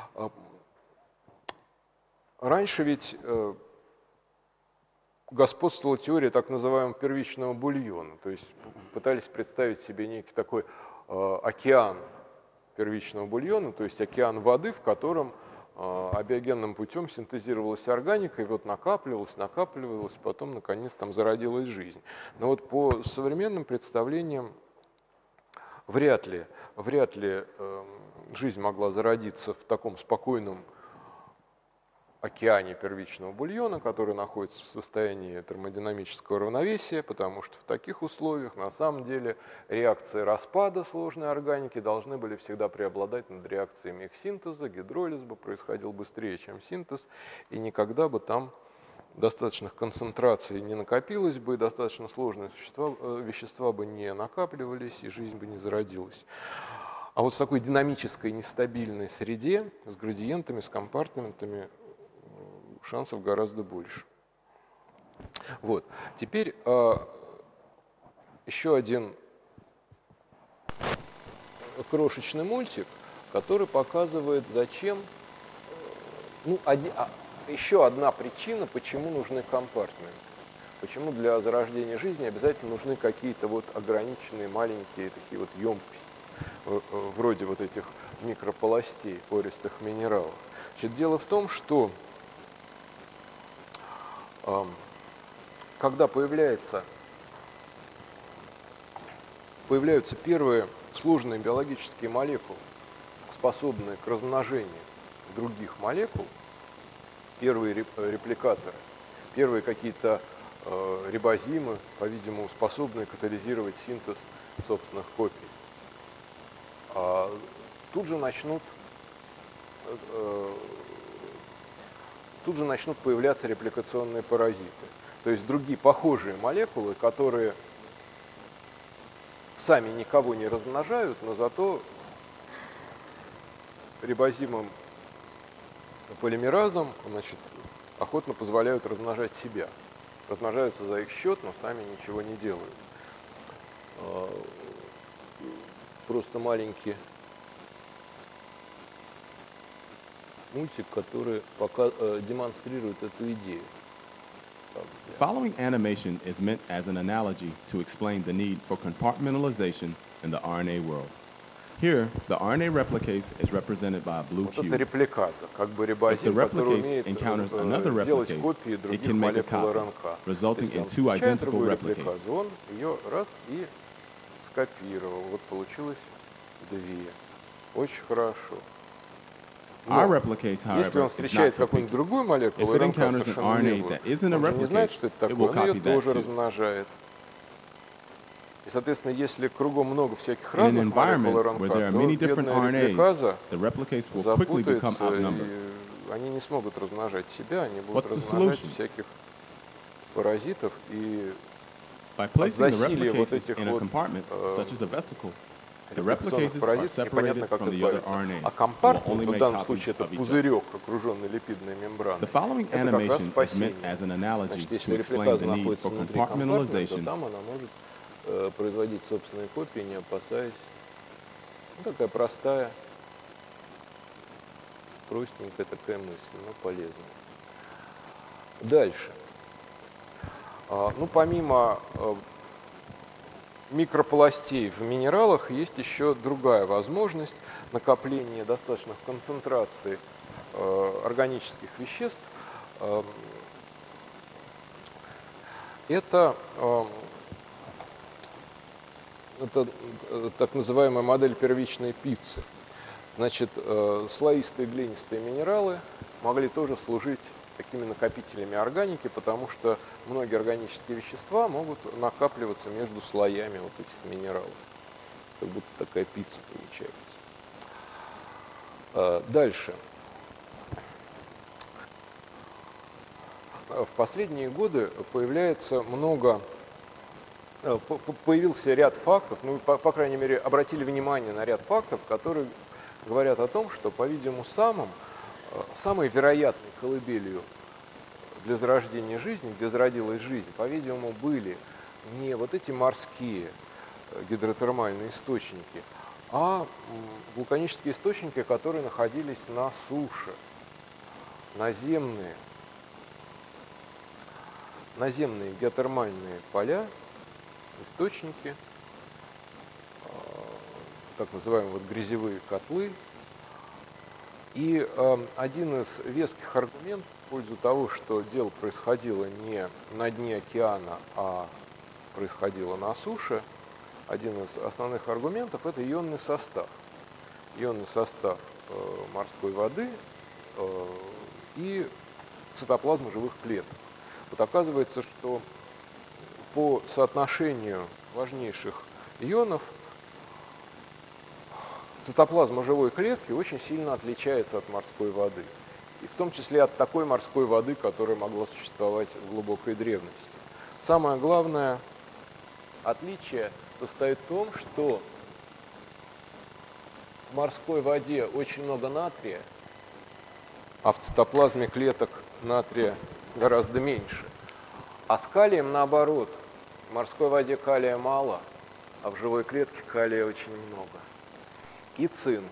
Раньше ведь господствовала теория так называемого первичного бульона, то есть пытались представить себе некий такой океан первичного бульона, то есть океан воды, в котором абиогенным путем синтезировалась органика, и вот накапливалась, потом, наконец, там зародилась жизнь. Но вот по современным представлениям вряд ли жизнь могла зародиться в таком спокойном океане первичного бульона, который находится в состоянии термодинамического равновесия, потому что в таких условиях на самом деле реакции распада сложной органики должны были всегда преобладать над реакциями их синтеза, гидролиз бы происходил быстрее, чем синтез, и никогда бы там достаточных концентраций не накопилось бы, и достаточно сложные вещества бы не накапливались, и жизнь бы не зародилась. А вот в такой динамической, нестабильной среде с градиентами, с компартментами шансов гораздо больше. Вот. Теперь еще один крошечный мультик, который показывает, зачем, еще одна причина, почему нужны компартменты. Почему для зарождения жизни обязательно нужны какие-то вот ограниченные маленькие такие вот емкости, вроде вот этих микрополостей пористых минералов. Значит, дело в том, что когда появляются первые сложные биологические молекулы, способные к размножению других молекул, первые репликаторы, первые какие-то рибозимы, по-видимому, способные катализировать синтез собственных копий, тут же начнут появляться репликационные паразиты. То есть другие похожие молекулы, которые сами никого не размножают, но зато рибозимом полимеразом, значит, охотно позволяют размножать себя. размножаются за их счет, но сами ничего не делают. Просто маленький мультик, который демонстрирует эту идею. The following animation is meant as an analogy to explain the need for compartmentalization in the RNA world. Here, the RNA replicase is represented by a blue Вот это cube. репликаза, как бы If the рибозим, который replicase умеет encounters another делать replicase, копии it других can make a молекул copy, РНК. resulting Если in он two встречает identical другую replicases. репликазу, он ее раз и скопировал. Вот получилось две. Очень хорошо. Our Но replicase, если however, он is not встречает so какую-нибудь picky. другую молекулу If it РНК, encounters an совершенно RNA левую, that isn't a он же не знает, replicase, что это it will такое, он ее copy that тоже too. размножает. И, соответственно, если кругом много всяких In an разных молекул environment where РНК, there are то many different бедная RNAs, репликаза the replicase will quickly become запутается, outnumbered. и они не смогут размножать себя, они будут What's the размножать solution? всяких паразитов, и By от placing the засилия вот replicases этих in a вот compartment, such as a vesicle, the репликационных replicases are паразитов непонятно, separated как from the other избавиться. А RNAs, who will компартмент, only в make данном copies случае это of each other. пузырек, окруженный липидной мембраной, The following это как раз animation is спасение. meant as an analogy Значит, to если explain репликаза the need находится for внутри компартмента, то compartmentalization там она может производить собственные копии, не опасаясь. Ну, такая простая, простенькая такая мысль, но полезная. Дальше. Ну, помимо микропластей в минералах есть еще другая возможность накопления достаточных концентраций органических веществ. Это так называемая модель первичной пиццы. Значит, слоистые глинистые минералы могли тоже служить такими накопителями органики, потому что многие органические вещества могут накапливаться между слоями вот этих минералов. Как будто такая пицца получается. Дальше. В последние годы появился ряд фактов, ну, по крайней мере, обратили внимание на ряд фактов, которые говорят о том, что, по-видимому, самой вероятной колыбелью для зарождения жизни, где зародилась жизнь, по-видимому, были не вот эти морские гидротермальные источники, а вулканические источники, которые находились на суше, наземные геотермальные поля, источники, так называемые вот грязевые котлы. И один из веских аргументов в пользу того, что дело происходило не на дне океана, а происходило на суше, один из основных аргументов – это ионный состав. Ионный состав морской воды и цитоплазмы живых клеток. Вот оказывается, что по соотношению важнейших ионов цитоплазма живой клетки очень сильно отличается от морской воды. И в том числе от такой морской воды, которая могла существовать в глубокой древности. Самое главное отличие состоит в том, что в морской воде очень много натрия, а в цитоплазме клеток натрия гораздо меньше. А с калием наоборот. В морской воде калия мало, а в живой клетке калия очень много. И цинк.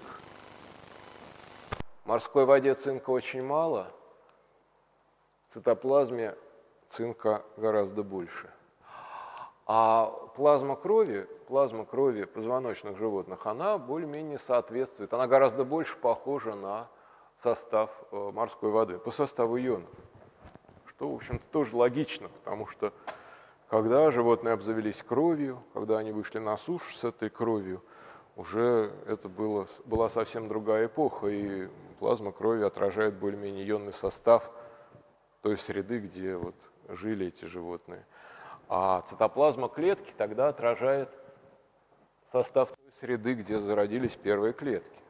В морской воде цинка очень мало, в цитоплазме цинка гораздо больше. А плазма крови позвоночных животных, она более-менее соответствует, она гораздо больше похожа на состав морской воды, по составу ионов. Что, в общем-то, тоже логично, потому что когда животные обзавелись кровью, когда они вышли на сушу с этой кровью, уже это была совсем другая эпоха, и плазма крови отражает более-менее ионный состав той среды, где вот жили эти животные. А цитоплазма клетки тогда отражает состав той среды, где зародились первые клетки.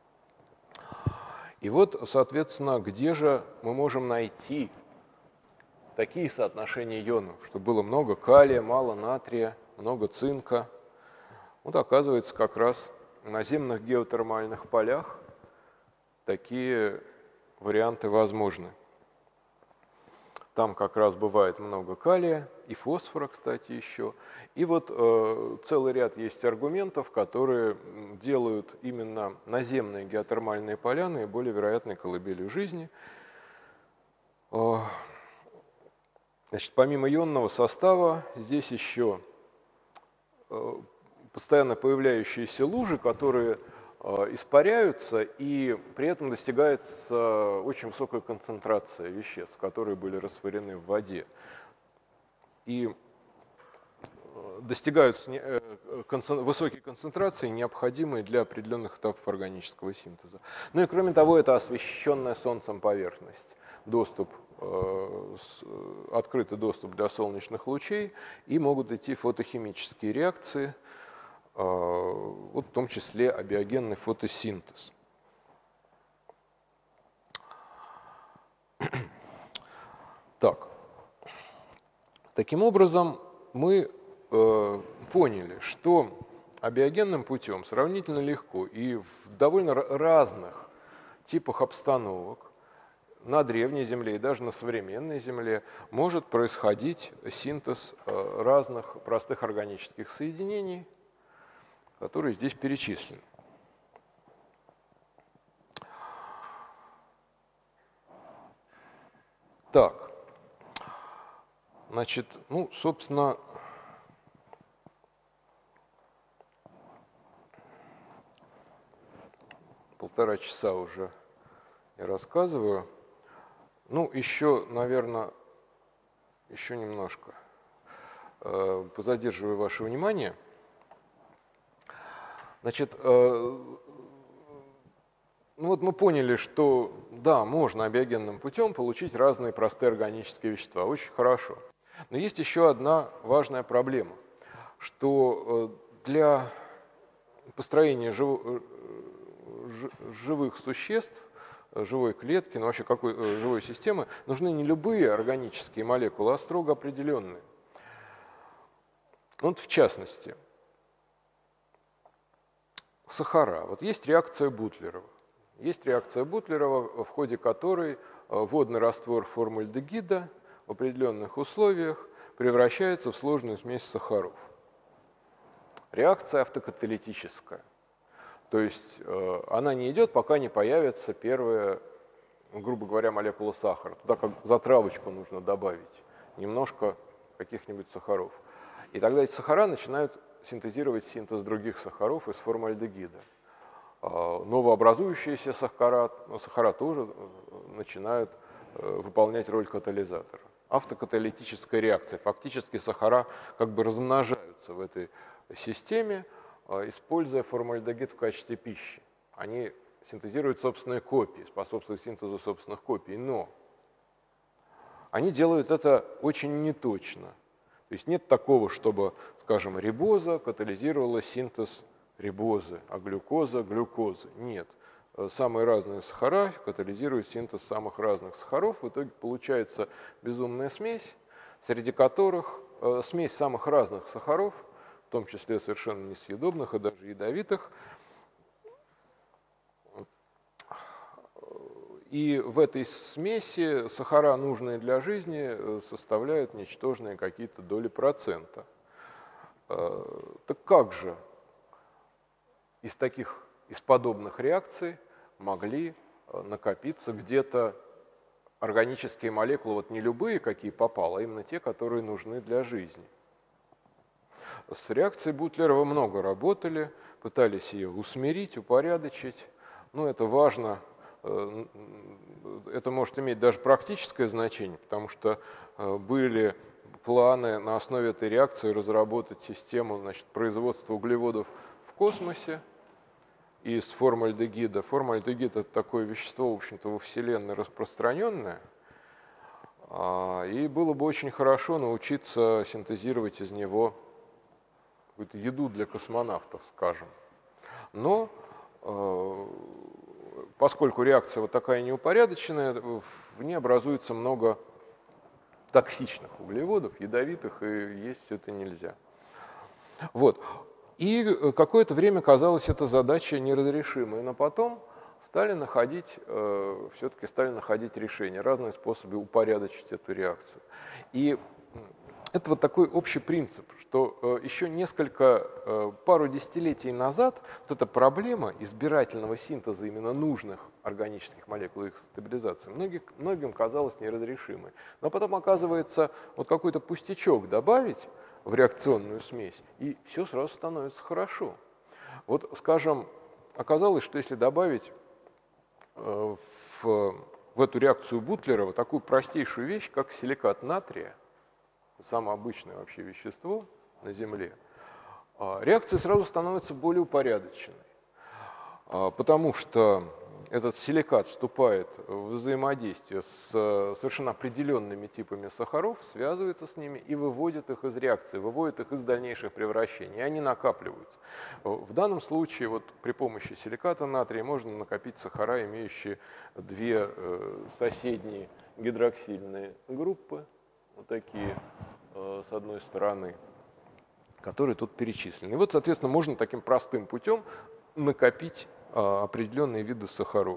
И вот, соответственно, где же мы можем найти такие соотношения ионов, чтобы было много калия, мало натрия, много цинка? Вот оказывается, как раз в наземных геотермальных полях такие варианты возможны. Там как раз бывает много калия и фосфора, кстати, еще. И вот целый ряд есть аргументов, которые делают именно наземные геотермальные поля наиболее вероятной колыбелью жизни. Значит, помимо ионного состава, здесь еще постоянно появляющиеся лужи, которые испаряются, и при этом достигается очень высокая концентрация веществ, которые были растворены в воде. И достигаются высокие концентрации, необходимые для определенных этапов органического синтеза. Ну и кроме того, это освещенная солнцем поверхность, открытый доступ для солнечных лучей, и могут идти фотохимические реакции, вот в том числе абиогенный фотосинтез. Так. Таким образом, мы поняли, что абиогенным путем сравнительно легко и в довольно разных типах обстановок на древней Земле и даже на современной Земле может происходить синтез разных простых органических соединений, которые здесь перечислены. Так, значит, ну, собственно, полтора часа уже я рассказываю. Ну, еще, наверное, еще немножко позадерживаю ваше внимание. Значит, ну вот мы поняли, что да, можно абиогенным путем получить разные простые органические вещества. Очень хорошо. Но есть еще одна важная проблема, что для построения живых существ, живой клетки, ну вообще какой живой системы, нужны не любые органические молекулы, а строго определенные. Вот в частности, сахара. Вот есть реакция Бутлерова. Есть реакция Бутлерова, в ходе которой водный раствор формальдегида в определенных условиях превращается в сложную смесь сахаров. Реакция автокаталитическая. То есть она не идет, пока не появится первая, грубо говоря, молекула сахара. Туда как затравочку нужно добавить немножко каких-нибудь сахаров. И тогда эти сахара начинают синтезировать синтез других сахаров из формальдегида. Новообразующиеся сахара тоже начинают выполнять роль катализатора. Автокаталитическая реакция. Фактически сахара как бы размножаются в этой системе, используя формальдегид в качестве пищи. Они синтезируют собственные копии, способствуют синтезу собственных копий, но они делают это очень неточно. То есть нет такого, чтобы, скажем, рибоза катализировала синтез рибозы, а глюкоза – глюкозы. Нет. Самые разные сахара катализируют синтез самых разных сахаров. В итоге получается безумная смесь, среди которых смесь самых разных сахаров, в том числе совершенно несъедобных и даже ядовитых. И в этой смеси сахара, нужные для жизни, составляют ничтожные какие-то доли процента. Так как же из подобных реакций могли накопиться где-то органические молекулы, вот не любые, какие попало, а именно те, которые нужны для жизни? С реакцией Бутлерова много работали, пытались ее усмирить, упорядочить. Ну, это важно. Это может иметь даже практическое значение, потому что были планы на основе этой реакции разработать систему, значит, производства углеводов в космосе из формальдегида. Формальдегид – это такое вещество, в общем-то, во Вселенной распространенное, и было бы очень хорошо научиться синтезировать из него какую-то еду для космонавтов, скажем. Но поскольку реакция вот такая неупорядоченная, в ней образуется много токсичных углеводов, ядовитых, и есть все это нельзя. Вот. И какое-то время казалась эта задача неразрешимой, но потом стали находить решения, разные способы упорядочить эту реакцию. И это вот такой общий принцип, что еще пару десятилетий назад вот эта проблема избирательного синтеза именно нужных органических молекул и их стабилизации многим казалась неразрешимой. Но потом оказывается вот какой-то пустячок добавить в реакционную смесь, и все сразу становится хорошо. Вот, скажем, оказалось, что если добавить в эту реакцию Бутлерова такую простейшую вещь, как силикат натрия, самое обычное вообще вещество на Земле, реакция сразу становится более упорядоченной, потому что этот силикат вступает в взаимодействие с совершенно определенными типами сахаров, связывается с ними и выводит их из реакции, выводит их из дальнейших превращений, и они накапливаются. В данном случае вот при помощи силиката натрия можно накопить сахара, имеющие две соседние гидроксильные группы, вот такие с одной стороны, которые тут перечислены. И вот, соответственно, можно таким простым путем накопить определенные виды сахаров.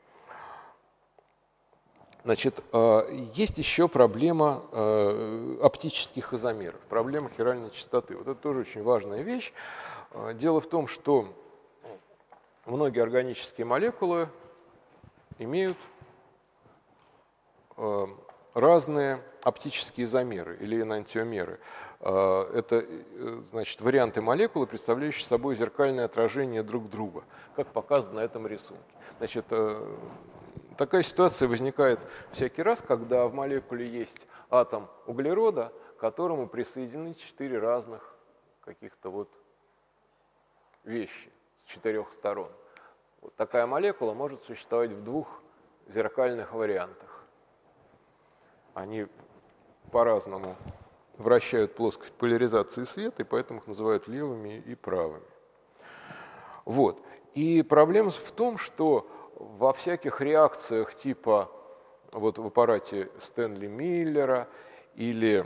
Значит, есть еще проблема оптических изомеров, проблема хиральной частоты. Вот это тоже очень важная вещь. Дело в том, что многие органические молекулы имеют разные оптические изомеры или энантиомеры. Это, значит, варианты молекулы, представляющие собой зеркальное отражение друг друга, как показано на этом рисунке. Значит, такая ситуация возникает всякий раз, когда в молекуле есть атом углерода, к которому присоединены 4 разных каких-то вот вещи с 4 сторон. Вот такая молекула может существовать в 2 зеркальных вариантах. Они по-разному вращают плоскость поляризации света, и поэтому их называют левыми и правыми. Вот. И проблема в том, что во всяких реакциях типа вот в аппарате Стэнли-Миллера или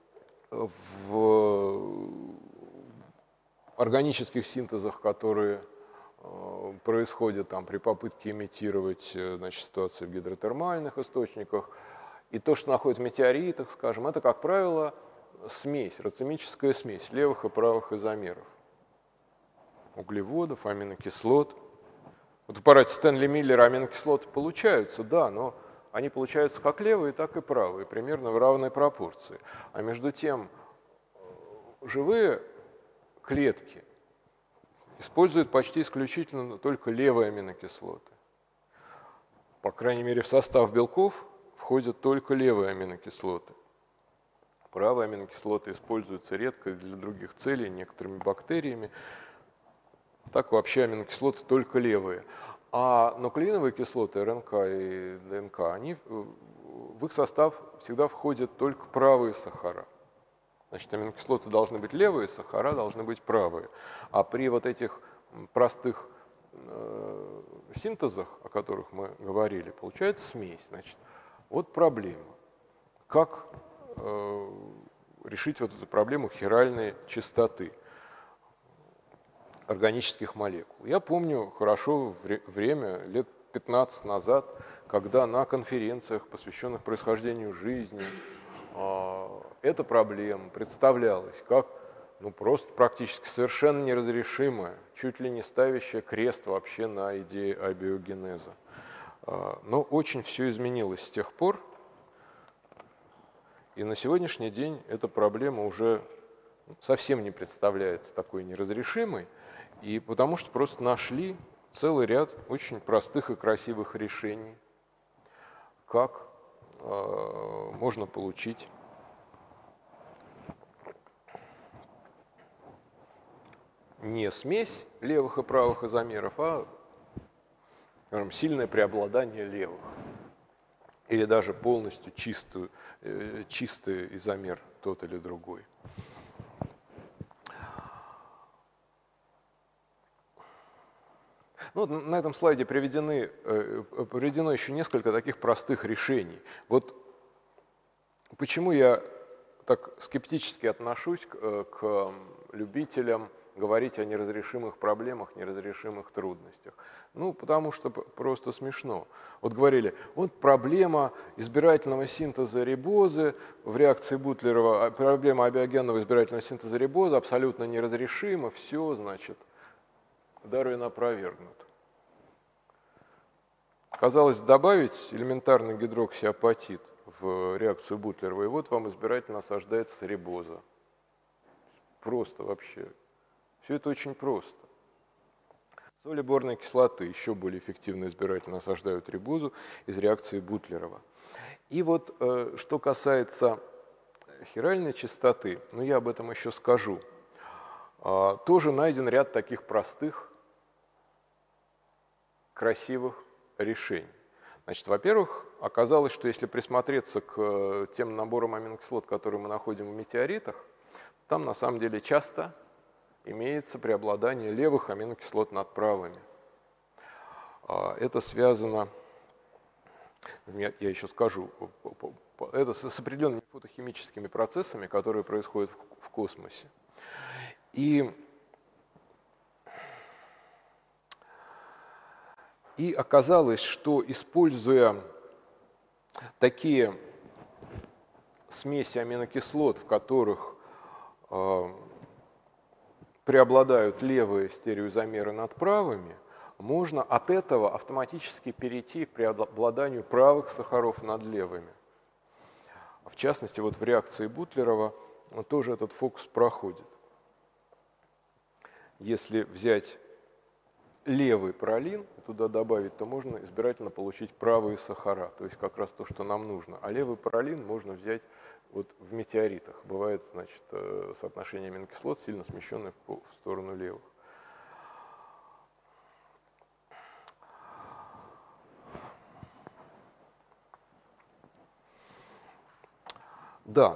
в органических синтезах, которые происходят там, при попытке имитировать, значит, ситуацию в гидротермальных источниках, и то, что находится в метеоритах, скажем, это, как правило, смесь, рацемическая смесь левых и правых изомеров. Углеводов, аминокислот. Вот в аппарате Стэнли-Миллера аминокислоты получаются, да, но они получаются как левые, так и правые, примерно в равной пропорции. А между тем живые клетки используют почти исключительно только левые аминокислоты. По крайней мере, в состав белков входят только левые аминокислоты. Правые аминокислоты используются редко для других целей, некоторыми бактериями. Так вообще аминокислоты только левые. А нуклеиновые кислоты, РНК и ДНК, в их состав всегда входят только правые сахара. Значит, аминокислоты должны быть левые, сахара должны быть правые. А при вот этих простых синтезах, о которых мы говорили, получается смесь. Значит, вот проблема. Как решить вот эту проблему хиральной частоты органических молекул? Я помню хорошо время, лет 15 назад, когда на конференциях, посвященных происхождению жизни, эта проблема представлялась как просто практически совершенно неразрешимая, чуть ли не ставящая крест вообще на идее абиогенеза. Но очень все изменилось с тех пор, и на сегодняшний день эта проблема уже совсем не представляется такой неразрешимой, и потому что просто нашли целый ряд очень простых и красивых решений, как можно получить не смесь левых и правых изомеров, а, скажем, сильное преобладание левых. Или даже полностью чистый изомер тот или другой. Ну, на этом слайде приведено еще несколько таких простых решений. Вот почему я так скептически отношусь к любителям говорить о неразрешимых проблемах, неразрешимых трудностях? Ну, потому что просто смешно. Вот говорили, вот проблема избирательного синтеза рибозы в реакции Бутлерова, проблема абиогенного избирательного синтеза рибозы абсолютно неразрешима, все, значит, Дарвин опровергнут. Казалось, добавить элементарный гидроксиапатит в реакцию Бутлерова, и вот вам избирательно осаждается рибоза. Просто вообще. Все это очень просто. Соли борной кислоты еще более эффективно избирательно осаждают рибозу из реакции Бутлерова. И вот что касается хиральной частоты, ну я об этом еще скажу, тоже найден ряд таких простых, красивых решений. Значит, во-первых, оказалось, что если присмотреться к тем наборам аминокислот, которые мы находим в метеоритах, там на самом деле часто имеется преобладание левых аминокислот над правыми. Это связано, я еще скажу, это с определенными фотохимическими процессами, которые происходят в космосе. И оказалось, что, используя такие смеси аминокислот, в которых преобладают левые стереоизомеры над правыми, можно от этого автоматически перейти к преобладанию правых сахаров над левыми. В частности, вот в реакции Бутлерова тоже этот фокус проходит. Если взять левый пролин и туда добавить, то можно избирательно получить правые сахара, то есть как раз то, что нам нужно. А левый пролин можно взять вот в метеоритах. Бывает, значит, соотношение аминокислот сильно смещенное в сторону левых. Да.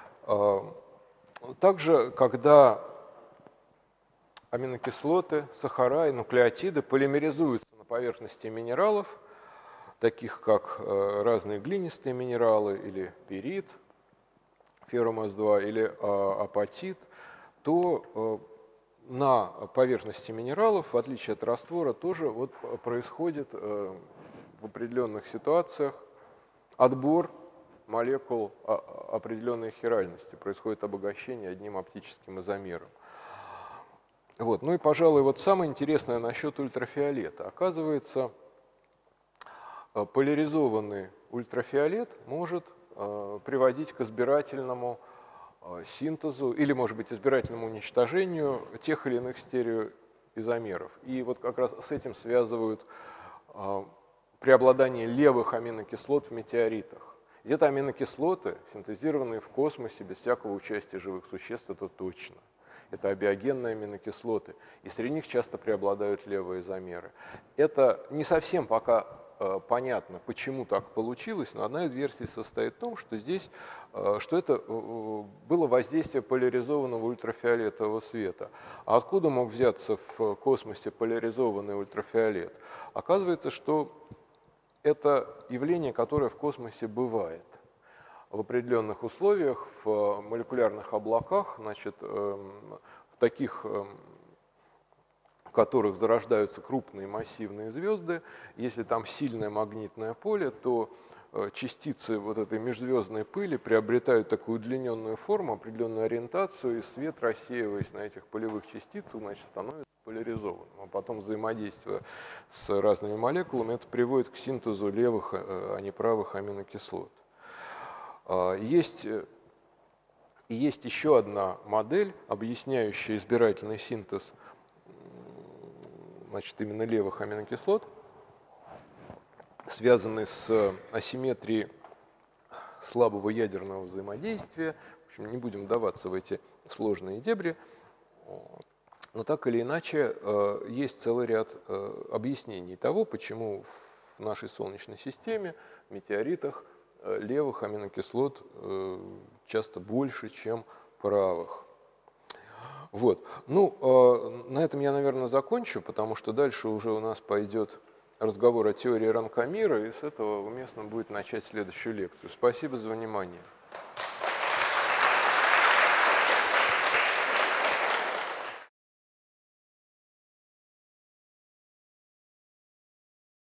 Также, когда аминокислоты, сахара и нуклеотиды полимеризуются на поверхности минералов, таких как разные глинистые минералы или пирит, феррум С2 или апатит, то на поверхности минералов, в отличие от раствора, тоже вот происходит в определенных ситуациях отбор молекул определенной хиральности, происходит обогащение одним оптическим изомером. Вот. Ну и, пожалуй, вот самое интересное насчет ультрафиолета. Оказывается, поляризованный ультрафиолет может приводить к избирательному синтезу или, может быть, избирательному уничтожению тех или иных стереоизомеров. И вот как раз с этим связывают преобладание левых аминокислот в метеоритах. Где-то аминокислоты, синтезированные в космосе без всякого участия живых существ, это точно. Это абиогенные аминокислоты, и среди них часто преобладают левые изомеры. Это не совсем пока понятно, почему так получилось, но одна из версий состоит в том, что здесь, что это было воздействие поляризованного ультрафиолетового света. А откуда мог взяться в космосе поляризованный ультрафиолет? Оказывается, что это явление, которое в космосе бывает. В определенных условиях, в молекулярных облаках, значит, в таких, в которых зарождаются крупные массивные звезды, если там сильное магнитное поле, то частицы вот этой межзвездной пыли приобретают такую удлиненную форму, определенную ориентацию, и свет, рассеиваясь на этих полевых частицах, значит, становится поляризованным. А потом, взаимодействуя с разными молекулами, это приводит к синтезу левых, а не правых аминокислот. Есть еще одна модель, объясняющая избирательный синтез, значит, именно левых аминокислот, связанный с асимметрией слабого ядерного взаимодействия. В общем, не будем вдаваться в эти сложные дебри. Но так или иначе, есть целый ряд объяснений того, почему в нашей Солнечной системе, в метеоритах, левых аминокислот часто больше, чем правых. Вот. Ну, на этом я, наверное, закончу, потому что дальше уже у нас пойдет разговор о теории ранкомира, и с этого уместно будет начать следующую лекцию. Спасибо за внимание.